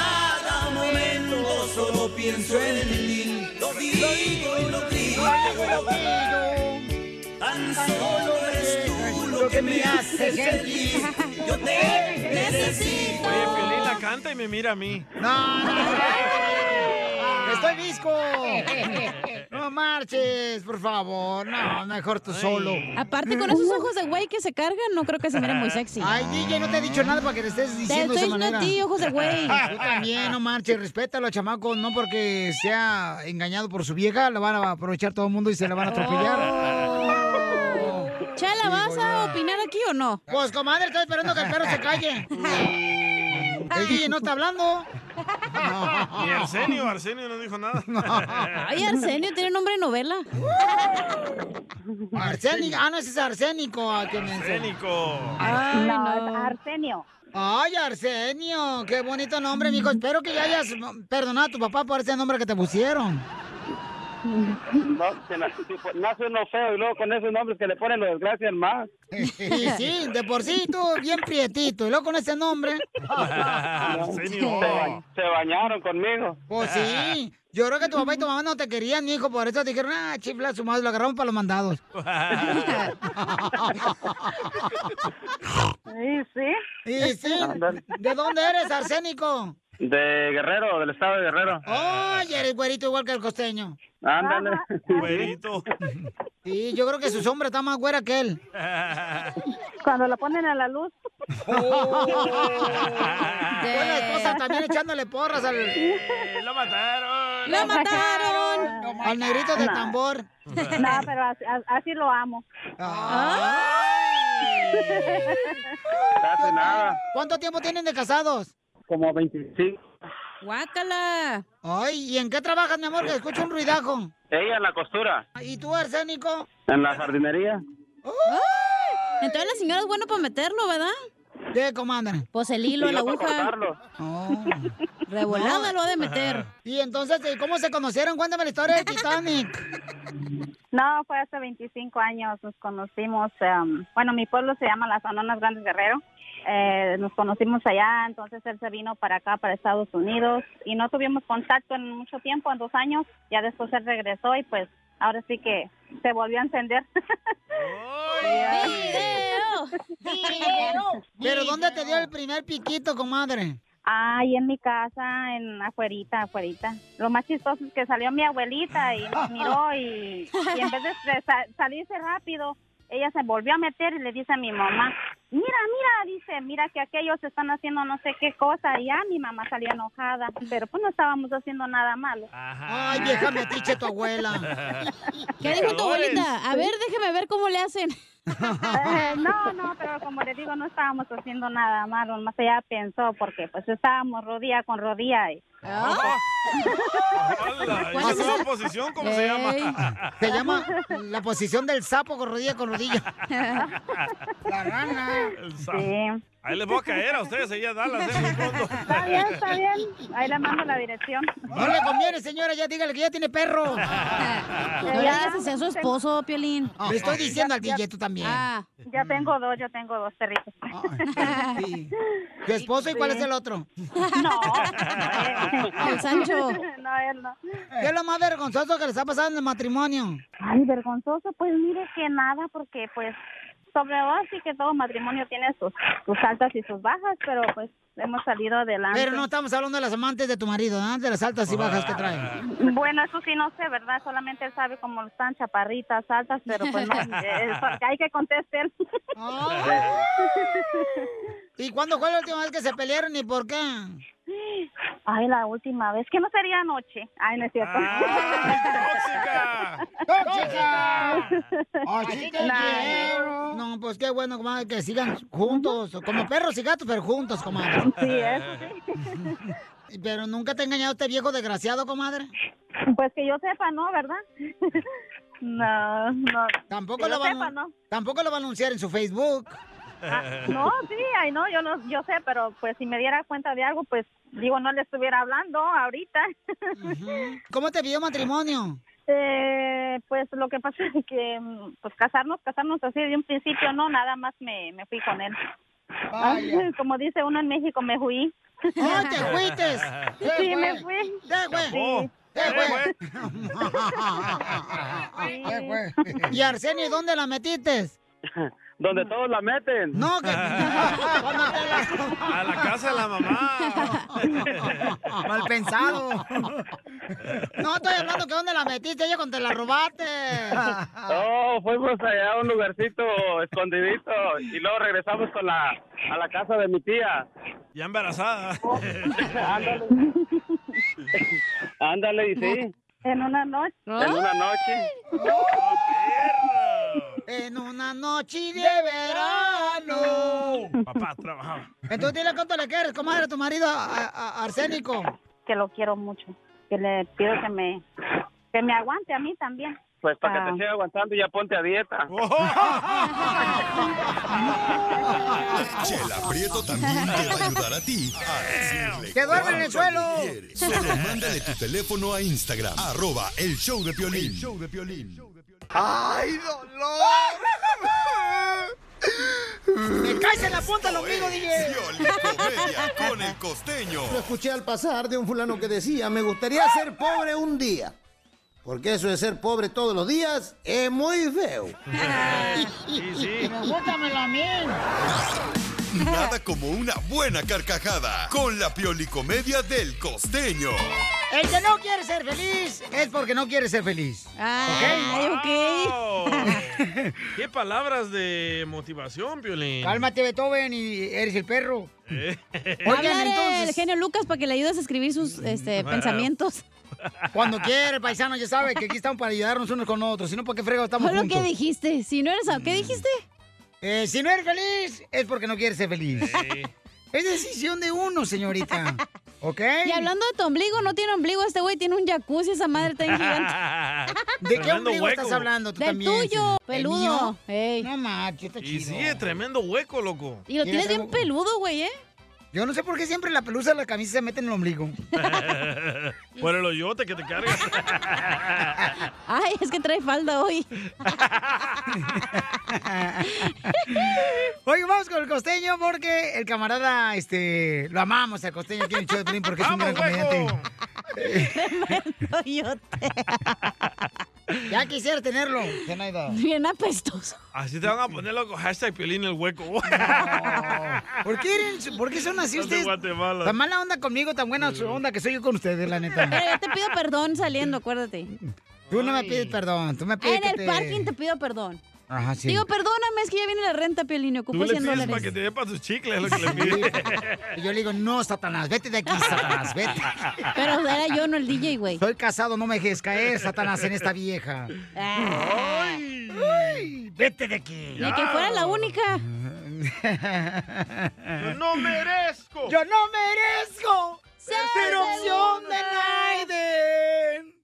Solo pienso en ti. Lo digo y lo digo. Tan solo eres tú lo que me hace sentir. Yo te necesito. Oye, Piolín la canta y me mira a mí. No. Estoy visco. No marches, por favor. No, mejor tú solo. Aparte, con esos ojos de güey que se cargan, no creo que se miren muy sexy. Ay, DJ, no te he dicho nada para que te estés diciendo de esa manera. Te estoy diciendo a ti, ojos de güey. Tú también, no marches, respétalo, chamaco. No porque sea engañado por su vieja, lo van a aprovechar todo el mundo y se la van a atropellar. Chala, ¿vas a opinar aquí o no? Pues, comadre, estoy esperando que el perro se calle. El DJ no está hablando. Ni Arsenio no dijo nada. Ay, Arsenio tiene nombre de novela. Arsénico. No, ese es arsénico. Arsénico. Ay, no, Arsenio. Ay, Arsenio. Qué bonito nombre, mijo. Espero que ya hayas perdonado a tu papá por ese nombre que te pusieron. No, nace uno feo y luego con esos nombres que le ponen lo desgracian más. Y sí, de por sí tú bien prietito, y luego con ese nombre. Se bañaron conmigo. Pues sí, yo creo que tu papá y tu mamá no te querían, hijo, por eso te dijeron, chifla, su madre, lo agarraron para los mandados. Sí. Y sí, ¿de dónde eres, Arsénico? De Guerrero, del estado de Guerrero. Oye, eres güerito igual que el costeño. Ándale. Güerito. Sí, yo creo que su sombra está más güera que él. Cuando lo ponen a la luz. Buena esposa también echándole porras al... ¡Lo mataron! ¡Lo mataron! Al negrito del tambor. No, pero así lo amo. Casi nada. ¿Cuánto tiempo tienen de casados? Como 25. ¡Guácala! Ay, ¿y en qué trabajas, mi amor? Que escucho un ruidajo. Ella en la costura. ¿Y tú, Arsénico? En la jardinería. Entonces la señora es buena para meterlo, ¿verdad? ¿Qué, comadre? Pues el hilo, la aguja. Revolada lo ha de meter. Y entonces, ¿cómo se conocieron? Cuéntame la historia de Titanic. No, fue hace 25 años, nos conocimos, bueno, mi pueblo se llama Las Anonas Grandes Guerrero, nos conocimos allá, entonces él se vino para acá, para Estados Unidos, y no tuvimos contacto en mucho tiempo, en 2 años, ya después él regresó y pues ahora sí que se volvió a encender. ¡Video! ¿Pero dónde te dio el primer piquito, comadre? Ay, en mi casa, afuerita. Lo más chistoso es que salió mi abuelita y nos miró y en vez de salirse rápido, ella se volvió a meter y le dice a mi mamá, mira que aquellos están haciendo no sé qué cosa, y ya mi mamá salió enojada, pero pues no estábamos haciendo nada malo. Ay, vieja metiche tu abuela. ¿Qué dijo tu abuelita? A ver, déjeme ver cómo le hacen. No, pero como le digo, no estábamos haciendo nada malo, más ella pensó, porque pues estábamos rodilla con rodilla. ¿Y esa nueva posición cómo se llama? Se llama la posición del sapo con rodilla con rodilla. La rana. El sapo. Sí. Ahí les voy a caer a ustedes, ella Dallas, en el fondo. Está bien. Ahí le mando la dirección. No le conviene, señora, ya dígale que ya tiene perro. No le digas así a su esposo, Piolín. Le estoy diciendo al DJ, tú también. Ya tengo 2 perritos. Sí. ¿Tu esposo y cuál es el otro? No. El Sancho. No, él no. ¿Qué es lo más vergonzoso que les ha pasado en el matrimonio? Ay, vergonzoso, pues mire que nada, porque pues sobre todo sí que todo matrimonio tiene sus altas y sus bajas, pero pues hemos salido adelante. Pero no estamos hablando de las amantes de tu marido, ¿no? De las altas y bajas que trae. Bueno, eso sí no sé, ¿verdad? Solamente él sabe cómo están chaparritas, altas, pero pues no, hay que contestar. ¿Y cuándo fue la última vez que se pelearon y por qué? Ay, la última vez, que no sería anoche. Ay, no es cierto. ¡Tóxica! ¡Así te quiero! No, pues qué bueno, comadre, que sigan juntos, como perros y gatos, pero juntos, comadre. Sí, eso sí. ¿Pero nunca te ha engañado este viejo desgraciado, comadre? Pues que yo sepa, ¿no? ¿Verdad? No. Tampoco lo va a anunciar en su Facebook. No, sí, yo sé, pero pues si me diera cuenta de algo, pues digo, no le estuviera hablando ahorita. ¿Cómo te pidió matrimonio? Pues lo que pasa es que pues casarnos así de un principio, no, nada más me fui con él. Como dice uno en México, me fui. ¡Oh, te fuiste! Sí, me fui. ¿Qué fue? ¿Y Arsenio, dónde la metiste? Donde todos la meten. No, que... A la casa de la mamá. Mal pensado. No, estoy hablando que dónde la metiste, ella cuando te la robaste. Oh, fuimos allá a un lugarcito escondidito y luego regresamos a la casa de mi tía. Ya embarazada. Ándale, y sí. En una noche. En una noche de verano. Papá trabajaba. Entonces dile cuánto le quieres, comadre, a tu marido a Arsénico. Que lo quiero mucho. Que le pido que me aguante a mí también. Pues para que te siga aguantando, ya ponte a dieta. Chela Prieto también te va a ayudar a ti a decirle ¡Que duerme en el cuánto suelo! le quieres. Solo mándale tu teléfono a Instagram, @el show de Piolín. ¡Ay, dolor! ¡Me caes en la punta del ombligo, DJ! Piolicomedia con el Costeño. Lo escuché al pasar de un fulano que decía, me gustaría ser pobre un día. Porque eso de ser pobre todos los días es muy feo. Sí. Pregúntamelo a mí. Nada como una buena carcajada con la Piolicomedia del Costeño. El que no quiere ser feliz es porque no quiere ser feliz. Ay, Wow. Qué palabras de motivación, Piolín. Cálmate, Beethoven, y eres el perro. Oigan, entonces el genio Lucas para que le ayudes a escribir sus pensamientos. Cuando quiere, paisano, ya sabe que aquí estamos para ayudarnos unos con otros. Si no, ¿para qué fregado estamos Fue lo juntos? que dijiste. Si no eres... ¿Qué dijiste? Si no eres feliz, es porque no quieres ser feliz. Es decisión de uno, señorita. ¿Ok? Y hablando de tu ombligo, no tiene ombligo. Este güey tiene un jacuzzi, esa madre está en gigante. ¿De qué ombligo estás hablando tú Del también? tuyo, ¿El peludo. mío? No macho, está Y chido. sí, tremendo hueco, loco. Y lo tienes bien peludo, güey, ¿eh? Yo no sé por qué siempre la pelusa de la camisa se mete en el ombligo. Por el hoyote que te cargas. Ay, es que trae falda hoy. Oye, vamos con el Costeño porque el camarada, lo amamos al Costeño aquí en el show de Piolín porque es un gran comediante. Tremendo hoyote. Ya quisiera tenerlo, Zenaida. Bien apestoso. Así te van a poner, loco, hashtag Piolín el hueco. ¿Por qué son así Los de ustedes? Guatemala. Tan mala onda conmigo, tan buena onda que soy yo con ustedes, la neta. Pero yo te pido perdón saliendo, acuérdate. Tú no me pides perdón, tú me pides En el parking te pido perdón. Ajá, sí. Digo, perdóname, es que ya viene la renta, Piolín, ocupo Tú le 100 pides dólares. para que te dé para tus chicles, lo que le pides. Y yo le digo, no, Satanás, vete de aquí, Satanás, vete. Pero era yo, no el DJ, güey. Soy casado, no me dejes caer, Satanás, en esta vieja. Ay, vete de aquí. Ni que fuera la única. Yo no merezco. Yo no merezco ser opción de Naiden.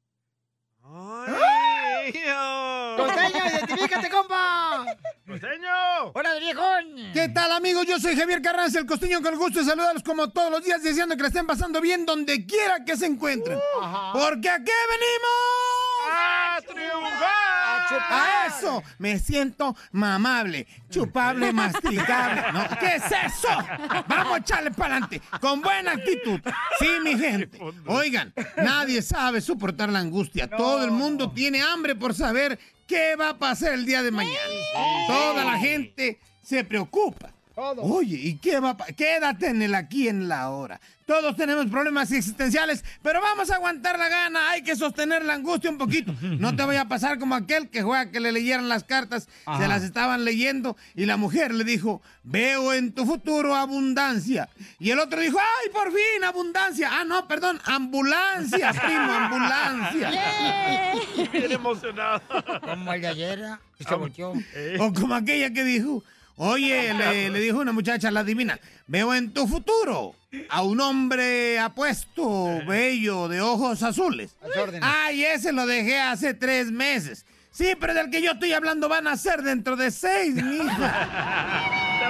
¡Ay! Costeño, identifícate, compa. ¡Costeño! ¡Hola, viejón! ¿Qué tal, amigos? Yo soy Javier Carranza, el Costeño, con el gusto de saludarlos como todos los días, deseando que la estén pasando bien donde quiera que se encuentren. Porque aquí venimos ¡a triunfar! A eso me siento mamable, chupable, masticable. ¿No? ¿Qué es eso? Vamos a echarle para adelante, con buena actitud. Sí, mi gente. Oigan, nadie sabe soportar la angustia. Todo el mundo tiene hambre por saber qué va a pasar el día de mañana. Toda la gente se preocupa. Oye, ¿y qué va a pasar? Quédate en el aquí, en la ahora. Todos tenemos problemas existenciales, pero vamos a aguantar la gana. Hay que sostener la angustia un poquito. No te vaya a pasar como aquel que juega que le leyeran las cartas, se las estaban leyendo y la mujer le dijo, veo en tu futuro abundancia. Y el otro dijo, ¡ay, por fin, abundancia! Ah, no, perdón, ambulancia, primo, ambulancia. Bien emocionado. Como el de ayer, se volteó. O como aquella que dijo, oye, le dijo una muchacha, la divina, veo en tu futuro a un hombre apuesto, bello, de ojos azules. Ay, ese lo dejé hace 3 meses. Sí, pero del que yo estoy hablando van a ser dentro de 6, mija.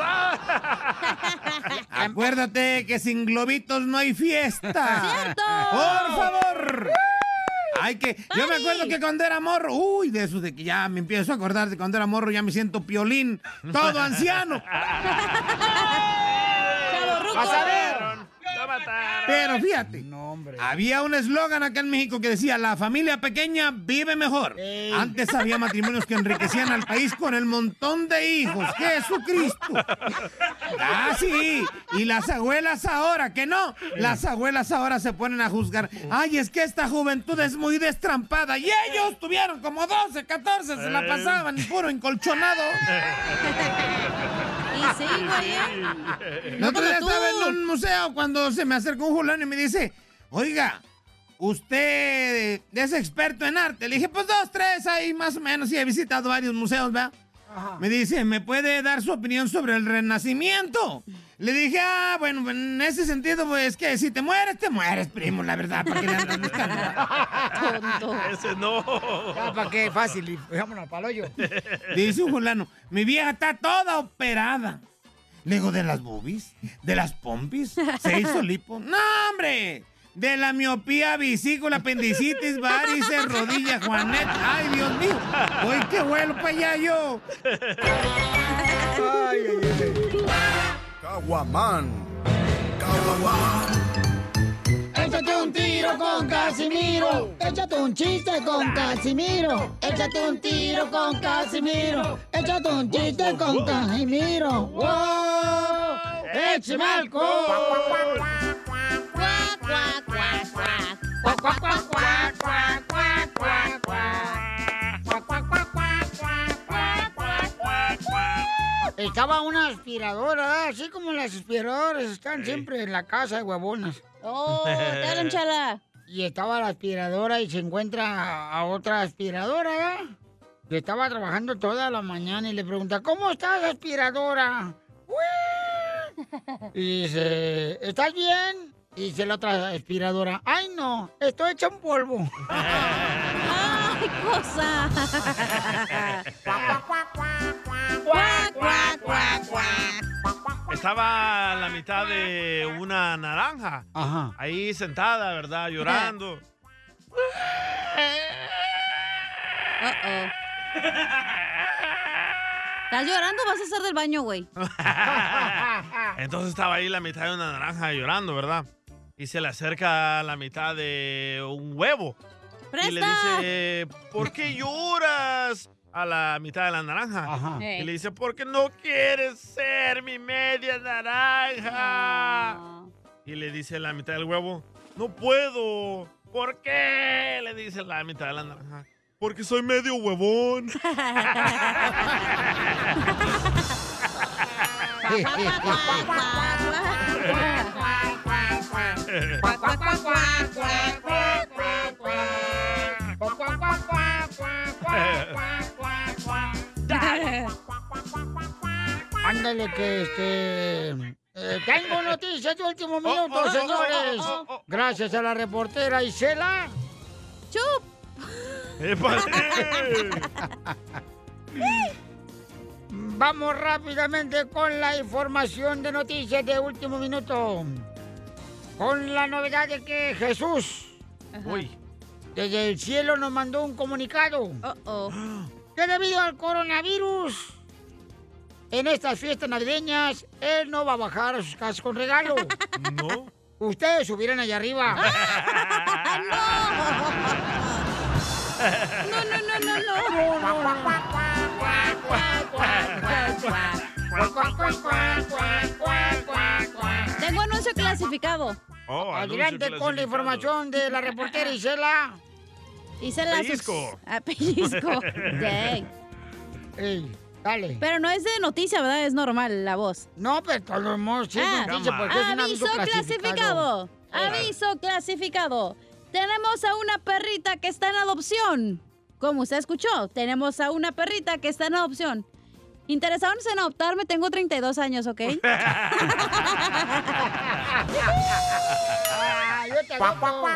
Acuérdate que sin globitos no hay fiesta. ¡Cierto! ¡Por favor! Yo me acuerdo que cuando era morro, de eso de que ya me empiezo a acordar de cuando era morro, ya me siento Piolín, todo anciano. ¡Vas a ver! Pero fíjate, había un eslogan acá en México que decía, la familia pequeña vive mejor. Antes había matrimonios que enriquecían al país con el montón de hijos. ¡Jesucristo! Ah, sí. Y las abuelas ahora, que no. Las abuelas ahora se ponen a juzgar. Ay, es que esta juventud es muy destrampada. Y ellos tuvieron como 12, 14, se la pasaban puro encolchonado. Y sí, güey. El otro día estaba en un museo cuando se me acercó un fulano y me dice, oiga, ¿usted es experto en arte? Le dije, pues 2, 3, ahí más o menos, y he visitado varios museos, ¿verdad? Me dice, ¿me puede dar su opinión sobre el Renacimiento? Le dije, bueno, en ese sentido, pues, que si te mueres, primo, la verdad, ¿para qué le andas buscando? Tonto. Ese no. ¿Para qué? Fácil, y vámonos pa'l hoyo. Dice un fulano, mi vieja está toda operada. Le digo, ¿de las boobies? ¿De las pompis? ¿Se hizo lipo? ¡No, hombre! De la miopía, vesícula, apendicitis, varices, rodilla, Juanet. ¡Ay, Dios mío! ¡Uy, qué vuelo para allá yo! Ay, ay, ay. Caguamán. Échate un tiro con Casimiro. Échate un chiste con Casimiro. Échate un tiro con Casimiro. Échate un chiste con Casimiro. ¡Wow! ¡Échame alcohol! Estaba una aspiradora, así como las aspiradoras están siempre en la casa de huevonas. ¡Oh, te hablan, chala! Y estaba la aspiradora y se encuentra a otra aspiradora, ¿verdad? Que estaba trabajando toda la mañana y le pregunta, ¿cómo estás, aspiradora? Y dice, ¿estás bien? Y dice la otra aspiradora, ¡ay, no! Estoy hecha un polvo. ¡Ay, cosa! Estaba a la mitad de una naranja. Ajá. Ahí sentada, ¿verdad? Llorando. ¿Estás llorando o vas a hacer del baño, güey? Entonces estaba ahí la mitad de una naranja llorando, ¿verdad? Y se le acerca a la mitad de un huevo. ¡Presta! Y le dice, ¿por qué lloras? A la mitad de la naranja. Ajá. Y le dice, porque no quieres ser mi media naranja. Y le dice la mitad del huevo, no puedo. ¿Por qué? Le dice la mitad de la naranja. Porque soy medio huevón. Ándale que tengo noticias de último minuto, señores. Gracias a la reportera Isela. ¡Chup! Vamos rápidamente con la información de noticias de último minuto. Con la novedad de que Jesús, desde el cielo nos mandó un comunicado. Que debido al coronavirus, en estas fiestas navideñas, Él no va a bajar a sus casas con regalo. ¿No? Ustedes subirán allá arriba. Tengo anuncio clasificado. Adelante con la información de la reportera Isela. Isela. Pellizco. Pellizco. Dang. Ey, dale. Pero no es de noticia, ¿verdad? Es normal la voz. No, pero todos los modos sí es noticia porque es un aviso clasificado. Aviso clasificado. Tenemos a una perrita que está en adopción. Como usted escuchó, tenemos a una perrita que está en adopción. ¿Interesados en adoptarme? Tengo 32 años, ¿ok? Yo te adopto.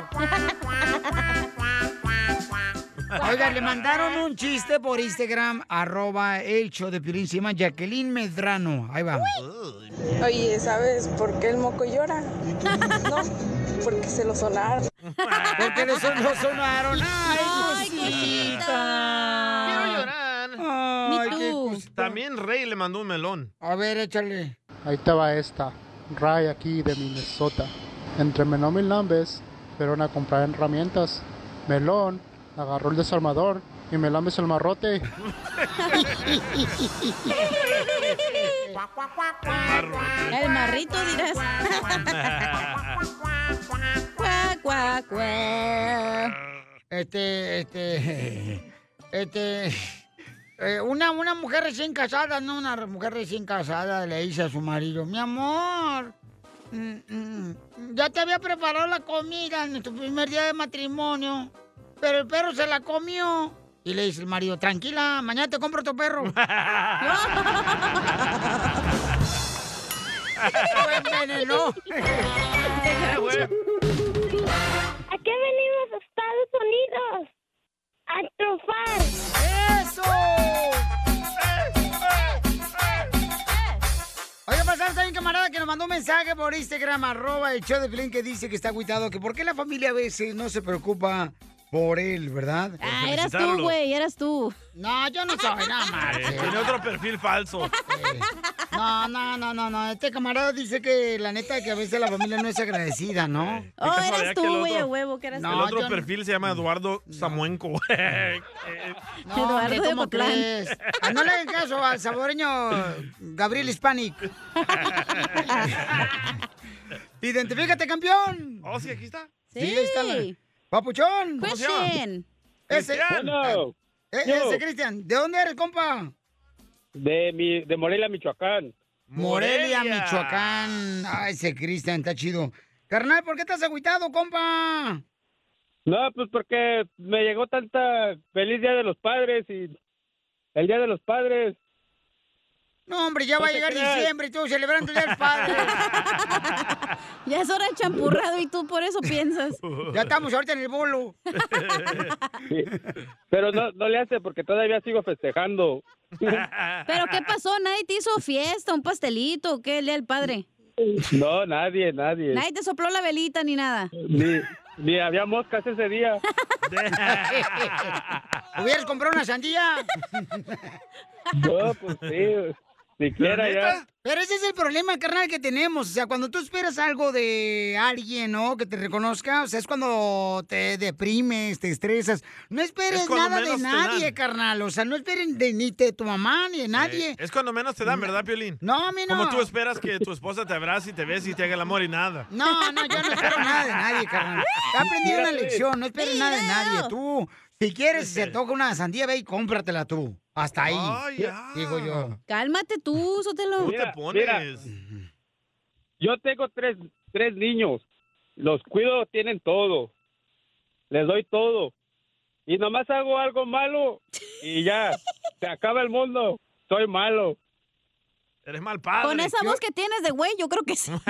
Oiga, le mandaron un chiste por Instagram, @elshowdepiolín, se llama Jacqueline Medrano. Ahí va. Oye, ¿sabes por qué el moco llora? No, porque se lo sonaron. Porque lo sonaron. ¡Ay, cosita! Quiero llorar. Ay, qué cosita. También Rey le mandó un melón. A ver, échale. Ahí te va esta. Ray aquí de Minnesota. Entre Melón y Lambes fueron a comprar herramientas. Melón agarró el desarmador y me lambes el marrote. El marrito dirás. Cuá, cuá, cuá. Una mujer recién casada, ¿no? Una mujer recién casada le dice a su marido, mi amor, ya te había preparado la comida en tu primer día de matrimonio, pero el perro se la comió. Y le dice el marido, tranquila, mañana te compro tu perro. Lo envenenó. ¿A qué venimos a Estados Unidos? A triunfar. ¡Eso! Oye, pasar, está bien, camarada, que nos mandó un mensaje por Instagram, @el_show_de_Piolín, que dice que está agüitado, que por qué la familia a veces no se preocupa por él, ¿verdad? Ah, eras tú, güey, eras tú. No, yo no soy, nada más. Tiene otro perfil falso. No. Este camarada dice que la neta que a veces la familia no es agradecida, ¿no? Oh, eras tú, güey, a huevo, que eras tú. El otro perfil se llama Eduardo Samuenco. No, Eduardo hombre, de ¿cómo Ocotlán. crees? Ah, no le hagan caso al saboreño Gabriel Hispanic. ¡Identifícate, campeón! Oh, sí, aquí está. Sí, ahí está. ¡Papuchón! ¿Cómo se llama? Cristian. Ese Cristian. ¿De dónde eres, compa? De Morelia, Michoacán. Morelia, Michoacán. Ay, ese Cristian, está chido. Carnal, ¿por qué estás agüitado, compa? No, pues porque me llegó tanta feliz Día de los Padres y el Día de los Padres. No, hombre, ya No va a te llegar creas. diciembre y tú celebrando el Día del Padre. Ya es hora de champurrado y tú por eso piensas. Ya estamos ahorita en el bolo. Sí. Pero no le hace porque todavía sigo festejando. ¿Pero qué pasó? ¿Nadie te hizo fiesta, un pastelito o qué el Día del Padre? No, nadie. Nadie te sopló la velita ni nada. Ni había moscas ese día. ¿Hubieras comprado una sandía? No, pues sí. Siquiera ya. Pero ese es el problema, carnal, que tenemos. O sea, cuando tú esperas algo de alguien, ¿no? Que te reconozca, o sea, es cuando te deprimes, te estresas. No esperes nada de nadie, carnal. O sea, no esperen ni de tu mamá ni de nadie. Es cuando menos te dan, ¿verdad, Piolín? No, a mí no. Como tú esperas que tu esposa te abrace y te bese y te haga el amor y nada. No, yo no espero nada de nadie, carnal. He aprendido una lección, no esperes nada de nadie. Tú, si quieres, si se toca una sandía, ve y cómpratela tú. Hasta ahí, digo yo. Cálmate tú, Sotelo. Mira, yo tengo tres niños. Los cuido, tienen todo. Les doy todo. Y nomás hago algo malo y ya, se acaba el mundo. Soy malo. Eres mal padre. Con esa voz que tienes de güey, yo creo que sí.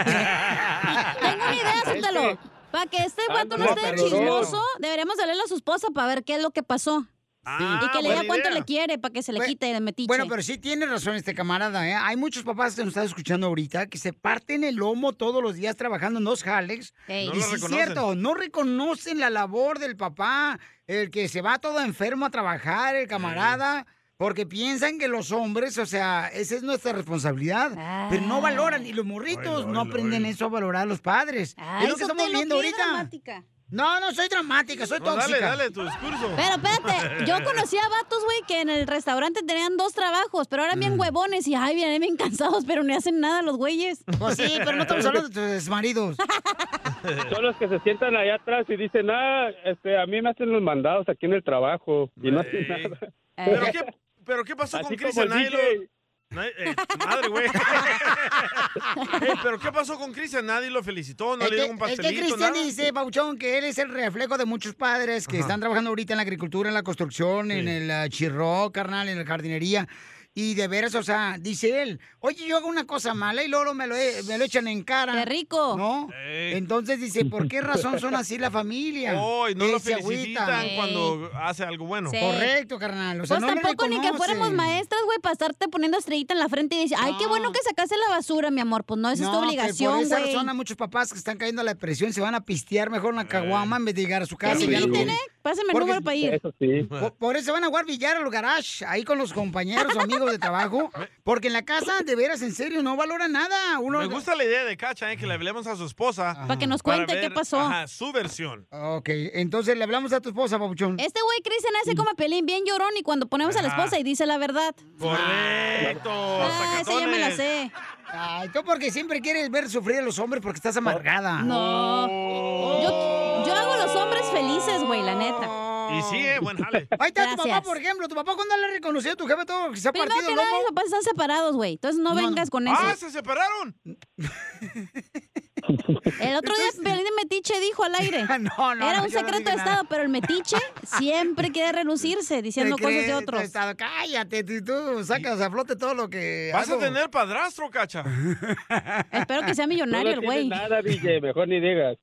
Tengo una idea, Sotelo. Para que este vato no esté chismoso, deberíamos hablarle a su esposa para ver qué es lo que pasó. Y que le diga cuánto le quiere para que se le quite el metiche. Bueno, pero sí tiene razón este camarada, ¿eh? Hay muchos papás que nos están escuchando ahorita que se parten el lomo todos los días trabajando en dos jales. No Y lo sí es reconocen. cierto, no reconocen la labor del papá, el que se va todo enfermo a trabajar, el camarada, porque piensan que los hombres, o sea, esa es nuestra responsabilidad, pero no valoran. Y los morritos no aprenden eso a valorar a los padres. Es lo que estamos viendo ahorita. Dramática. No soy dramática, soy tóxica. Dale tu discurso. Pero espérate, yo conocí a vatos, güey, que en el restaurante tenían 2 trabajos, pero eran bien huevones y, ay, vienen bien cansados, pero ni hacen nada los güeyes. Pues sí, pero no estamos hablando de tus maridos. Son los que se sientan allá atrás y dicen, a mí me hacen los mandados aquí en el trabajo. Y no hacen nada. ¿Pero qué pasó Así con como Cristian? el Nadie DJ. Madre, güey. ¿Pero qué pasó con Cristian? Nadie lo felicitó, no le dieron un Es pastelito, que Cristian nada. dice, Pauchón, que él es el reflejo de muchos padres que están trabajando ahorita en la agricultura, en la construcción, en el chirro, carnal, en la jardinería. Y de veras, o sea, dice él, oye, yo hago una cosa mala y luego me lo echan en cara. ¡Qué rico! ¿No? Entonces dice, ¿por qué razón son así la familia? Oh, y no lo Se felicitan agüita. cuando hace algo bueno. Sí. Correcto, carnal. O sea, Pues no lo tampoco ni que reconocen. fuéramos maestras, güey, para estarte poniendo estrellita en la frente y decir, ay, qué bueno que sacaste la basura, mi amor. Pues no, esa es tu que obligación, por esa güey. razón hay muchos papás que están cayendo a la depresión, se van a pistear mejor una caguama en vez de llegar a su casa. Que y ya me no inviten, quieren. Pásenme el Porque- número para ir. Eso sí. Por eso van a jugar billar al garage, ahí con los compañeros o amigos de trabajo, porque en la casa, de veras, en serio, no valora nada. Me gusta la idea de Cacha, que le hablemos a su esposa. Para que nos cuente qué ver, pasó. Ajá, su versión. Ok, entonces le hablamos a tu esposa, Papuchón. Este güey Cristian hace como Pelín, bien llorón, y cuando ponemos a la esposa y dice la verdad. Correcto. Esa ya me la sé. Ay, tú porque siempre quieres ver sufrir a los hombres porque estás amargada. No. Yo hago a los hombres felices, güey, la neta. Y sí, buen jale. Ahí está tu papá, Gracias. por ejemplo. ¿Tu papá cuándo le reconoció a tu jefe todo que se ha Primero partido que el nada, lomo? mis papás están separados, güey. Entonces no vengas con eso. ¡Ah, se separaron! El otro día Pelín de Metiche dijo al aire. Era un secreto de Estado, pero el metiche siempre quiere relucirse diciendo cosas de otros. Cállate, tú sacas a flote todo lo que Vas a hago. tener padrastro, Cacha. Espero que sea millonario el güey. No tienes nada, DJ, mejor ni digas.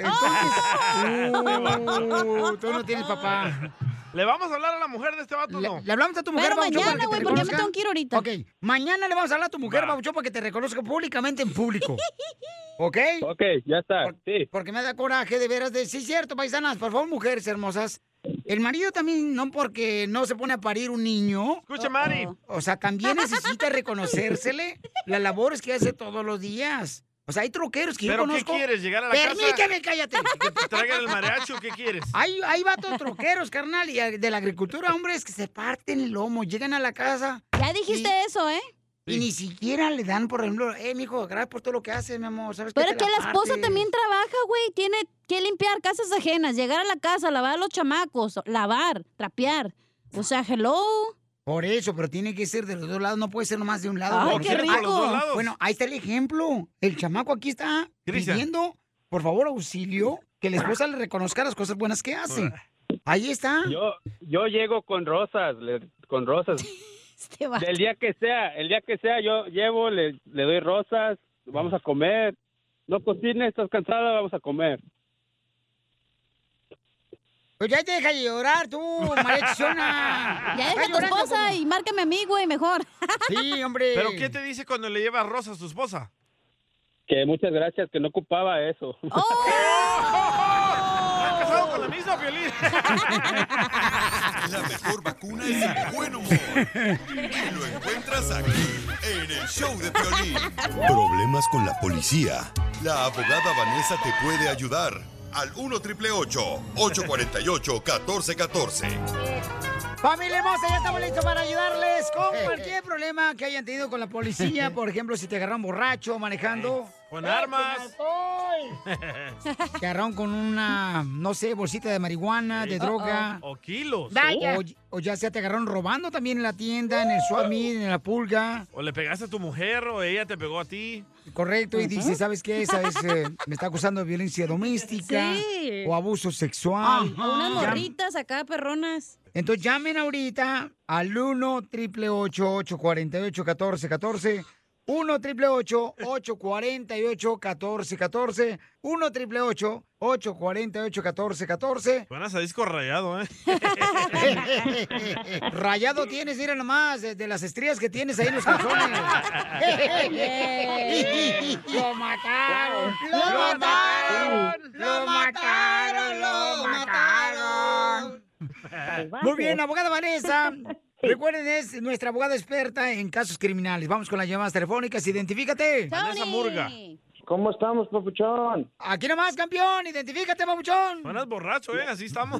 Tú no tienes papá. ¿Le vamos a hablar a la mujer de este vato o no? Le hablamos a tu mujer, Pero Pabuchón, mañana, para que te güey, porque ya me reconozca. tengo que ir ahorita. Ok, mañana le vamos a hablar a tu mujer, Pabuchón, para que te reconozca públicamente en público. ¿Ok? Ok, ya está, sí. Porque me da coraje de veras de... Sí, cierto, paisanas, por favor, mujeres hermosas. El marido también, no porque no se pone a parir un niño. Escucha, Mari. O sea, también necesita reconocérsele las labores que hace todos los días. O sea, hay troqueros que yo ¿Pero conozco. qué quieres? ¿Llegar a la casa? Permíteme, cállate. ¿Que te traigan el mariachi o qué quieres? Hay vatos troqueros, carnal, y de la agricultura, hombres, que se parten el lomo, llegan a la casa. Ya dijiste eso, ¿eh? Y ni siquiera le dan, por ejemplo, mijo, gracias por todo lo que haces, mi amor. ¿Sabes Pero qué? es que la esposa también trabaja, güey. Tiene que limpiar casas ajenas, llegar a la casa, lavar a los chamacos, lavar, trapear. O sea, hello. Por eso, pero tiene que ser de los dos lados, no puede ser nomás de un lado. Ay, Porque- qué rico. ¿Por los dos lados? Bueno, ahí está el ejemplo. El chamaco aquí está Cristian. pidiendo, por favor, auxilio, que la esposa le reconozca las cosas buenas que hace. Ahí está. Yo llego con rosas, con rosas. El día que sea, yo llevo, le doy rosas, vamos a comer. No cocines, estás cansada, vamos a comer. Pues ya te deja de llorar tú, maldiciona. Ya deja a tu esposa y márcame a mí, güey, mejor. Sí, hombre. ¿Pero qué te dice cuando le llevas rosas a tu esposa? Que muchas gracias, que no ocupaba eso. ¿Estás casado con la misma, Piolín? La mejor vacuna es el buen humor. Y lo encuentras aquí, en el show de Piolín. Problemas con la policía. La abogada Vanessa te puede ayudar. Al 1-888-848-1414. Familia hermosa, ya estamos listos para ayudarles con cualquier problema que hayan tenido con la policía. Por ejemplo, si te agarraron borracho manejando. Con armas. Te agarraron con una, no sé, bolsita de marihuana, de droga. O kilos. O ya sea te agarraron robando también en la tienda, en el swap meet, en la pulga. O le pegaste a tu mujer o ella te pegó a ti. Correcto, y dice, ¿sabes qué? Me está acusando de violencia doméstica Sí. o abuso sexual. O unas Llam- morritas acá, perronas. Entonces llamen ahorita al 1-888-848-1414. 1-888-848-1414. 1-888-848-1414. Buenas a disco rayado, ¿eh? Rayado tienes, mira nomás, de las estrías que tienes ahí en los calzones. ¡Lo mataron! ¡Lo mataron! ¡Lo mataron! ¡Lo mataron! Muy bien, abogada Vanessa. Recuerden, es nuestra abogada experta en casos criminales. Vamos con las llamadas telefónicas. Identifícate. Vanessa Murga. ¿Cómo estamos, papuchón? Aquí nomás, campeón. Identifícate, papuchón. Buenas borracho, ¿eh? Así estamos.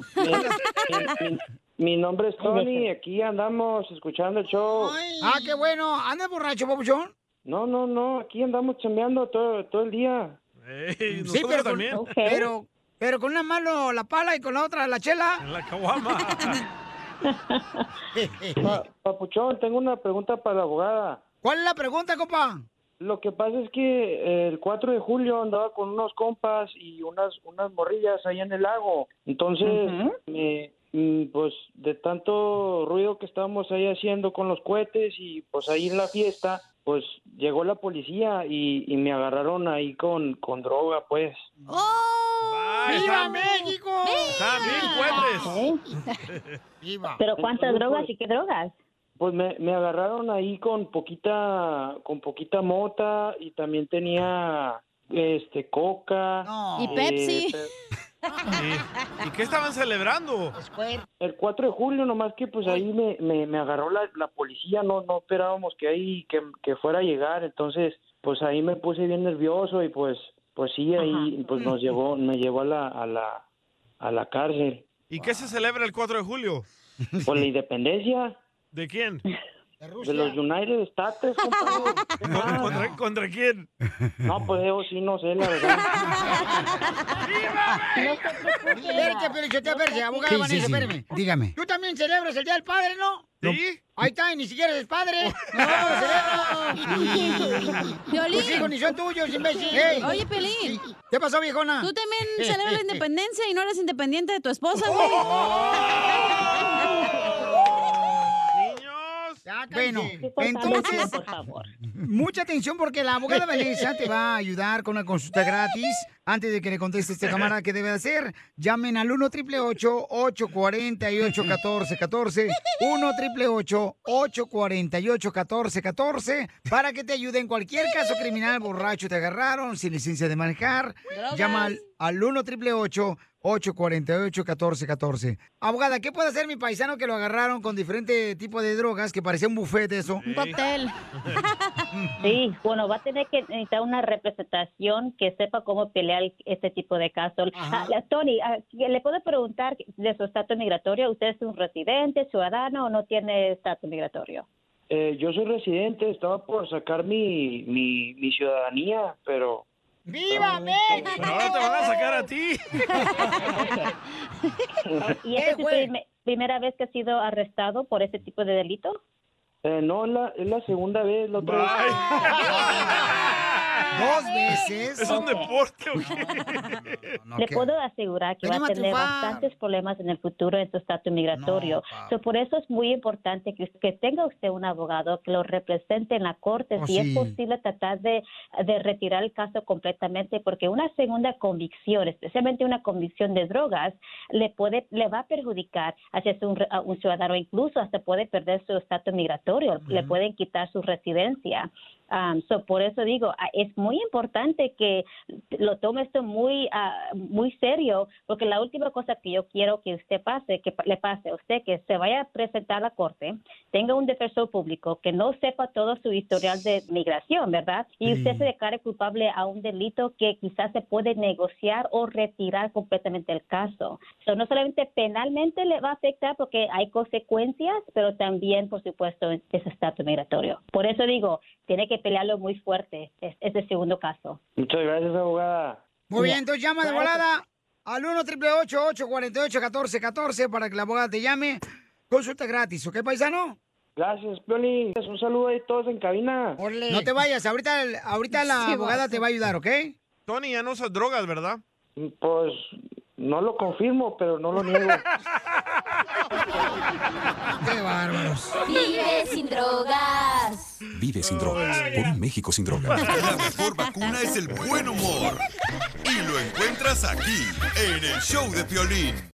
Mi nombre es Tony, aquí andamos escuchando el show. Ah, qué bueno. ¿Andas borracho, papuchón? No, aquí andamos chambeando todo el día. Ey, Sí, nosotros pero también. pero con una mano la pala y con la otra la chela. En la caguama. Papuchón, tengo una pregunta para la abogada. ¿Cuál es la pregunta, compa? Lo que pasa es que el 4 de julio andaba con unos compas y unas morrillas ahí en el lago. Entonces, pues de tanto ruido que estábamos ahí haciendo con los cohetes y pues ahí en la fiesta, pues llegó la policía y me agarraron ahí con droga, pues. ¡Viva México! Están bien cohetes. ¡Viva! ¿Pero cuántas drogas y qué drogas? Pues me agarraron ahí con poquita mota y también tenía coca. Y Pepsi. ¿Y qué estaban celebrando? El 4 de julio, nomás que pues ahí me agarró la policía, no esperábamos que fuera a llegar, entonces pues ahí me puse bien nervioso y pues sí, ahí pues me llevó a la cárcel. ¿Y qué se celebra el 4 de julio? Por la independencia. ¿De quién? De los United States, compadre. ¿Contra quién? No, pues yo sí no sé, la verdad. Espérate, Pelichotelo, espérate, abogada Vanessa, espérame. Dígame. Tú también celebras el Día del Padre, ¿no? ¿Sí? Ahí está, y ni siquiera eres padre. No, celebro. Piolín. Tus hijos ni son tuyos, imbécil. Hey. Oye, Pelín. ¿Qué pasó, viejona? Tú también celebras la independencia y no eres independiente de tu esposa, güey. Bueno, entonces, por favor. mucha atención porque la abogada Vanessa te va a ayudar con una consulta gratis. Antes de que le conteste este camarada qué debe hacer, llamen al 1-888-848-1414, 1-888-848-1414, para que te ayude en cualquier caso criminal, borracho te agarraron, sin licencia de manejar. Llama al 1-888-848-1414. Abogada, ¿qué puede hacer mi paisano que lo agarraron con diferentes tipos de drogas, que parecía un buffet eso? Un cóctel. Sí, bueno, va a tener que necesitar una representación que sepa cómo pelear este tipo de casos. Tony, ¿le puedo preguntar de su estatus migratorio? ¿Usted es un residente, ciudadano o no tiene estatus migratorio? Yo soy residente, estaba por sacar mi ciudadanía, pero... ¡Viva México! Pero ahora te van a sacar a ti. ¿Y esta es su primera vez que ha sido arrestado por ese tipo de delito? No, es la segunda vez, la otra vez. ¿2 veces? ¿Es un deporte o qué? Le puedo asegurar que va a tener bastantes problemas en el futuro en su estatus migratorio. Por eso es muy importante que tenga usted un abogado que lo represente en la corte, si es posible tratar de retirar el caso completamente, porque una segunda convicción, especialmente una convicción de drogas, le va a perjudicar hacia un ciudadano, incluso hasta puede perder su estatus migratorio, le pueden quitar su residencia. Por eso digo, es muy importante que lo tome esto muy serio, porque la última cosa que yo quiero que usted le pase a usted, que se vaya a presentar a la corte, tenga un defensor público que no sepa todo su historial de migración, ¿verdad? Y usted se declare culpable a un delito que quizás se puede negociar o retirar completamente el caso. No solamente penalmente le va a afectar porque hay consecuencias, pero también, por supuesto, ese estatus migratorio. Por eso digo, tiene que pelearlo muy fuerte, es el segundo caso. Muchas gracias, abogada. Muy bien, entonces llama de volada al 1-888-848-1414 para que la abogada te llame. Consulta gratis, ¿ok, paisano? Gracias, Piolín. Un saludo ahí todos en cabina. No te vayas, ahorita la abogada te va a ayudar, ¿ok? Tony, ya no usas drogas, ¿verdad? Pues no lo confirmo, pero no lo niego. ¡Qué bárbaros! Vive sin drogas. Vive sin drogas. Por un México sin drogas. La mejor vacuna es el buen humor. Y lo encuentras aquí, en el show de Piolín.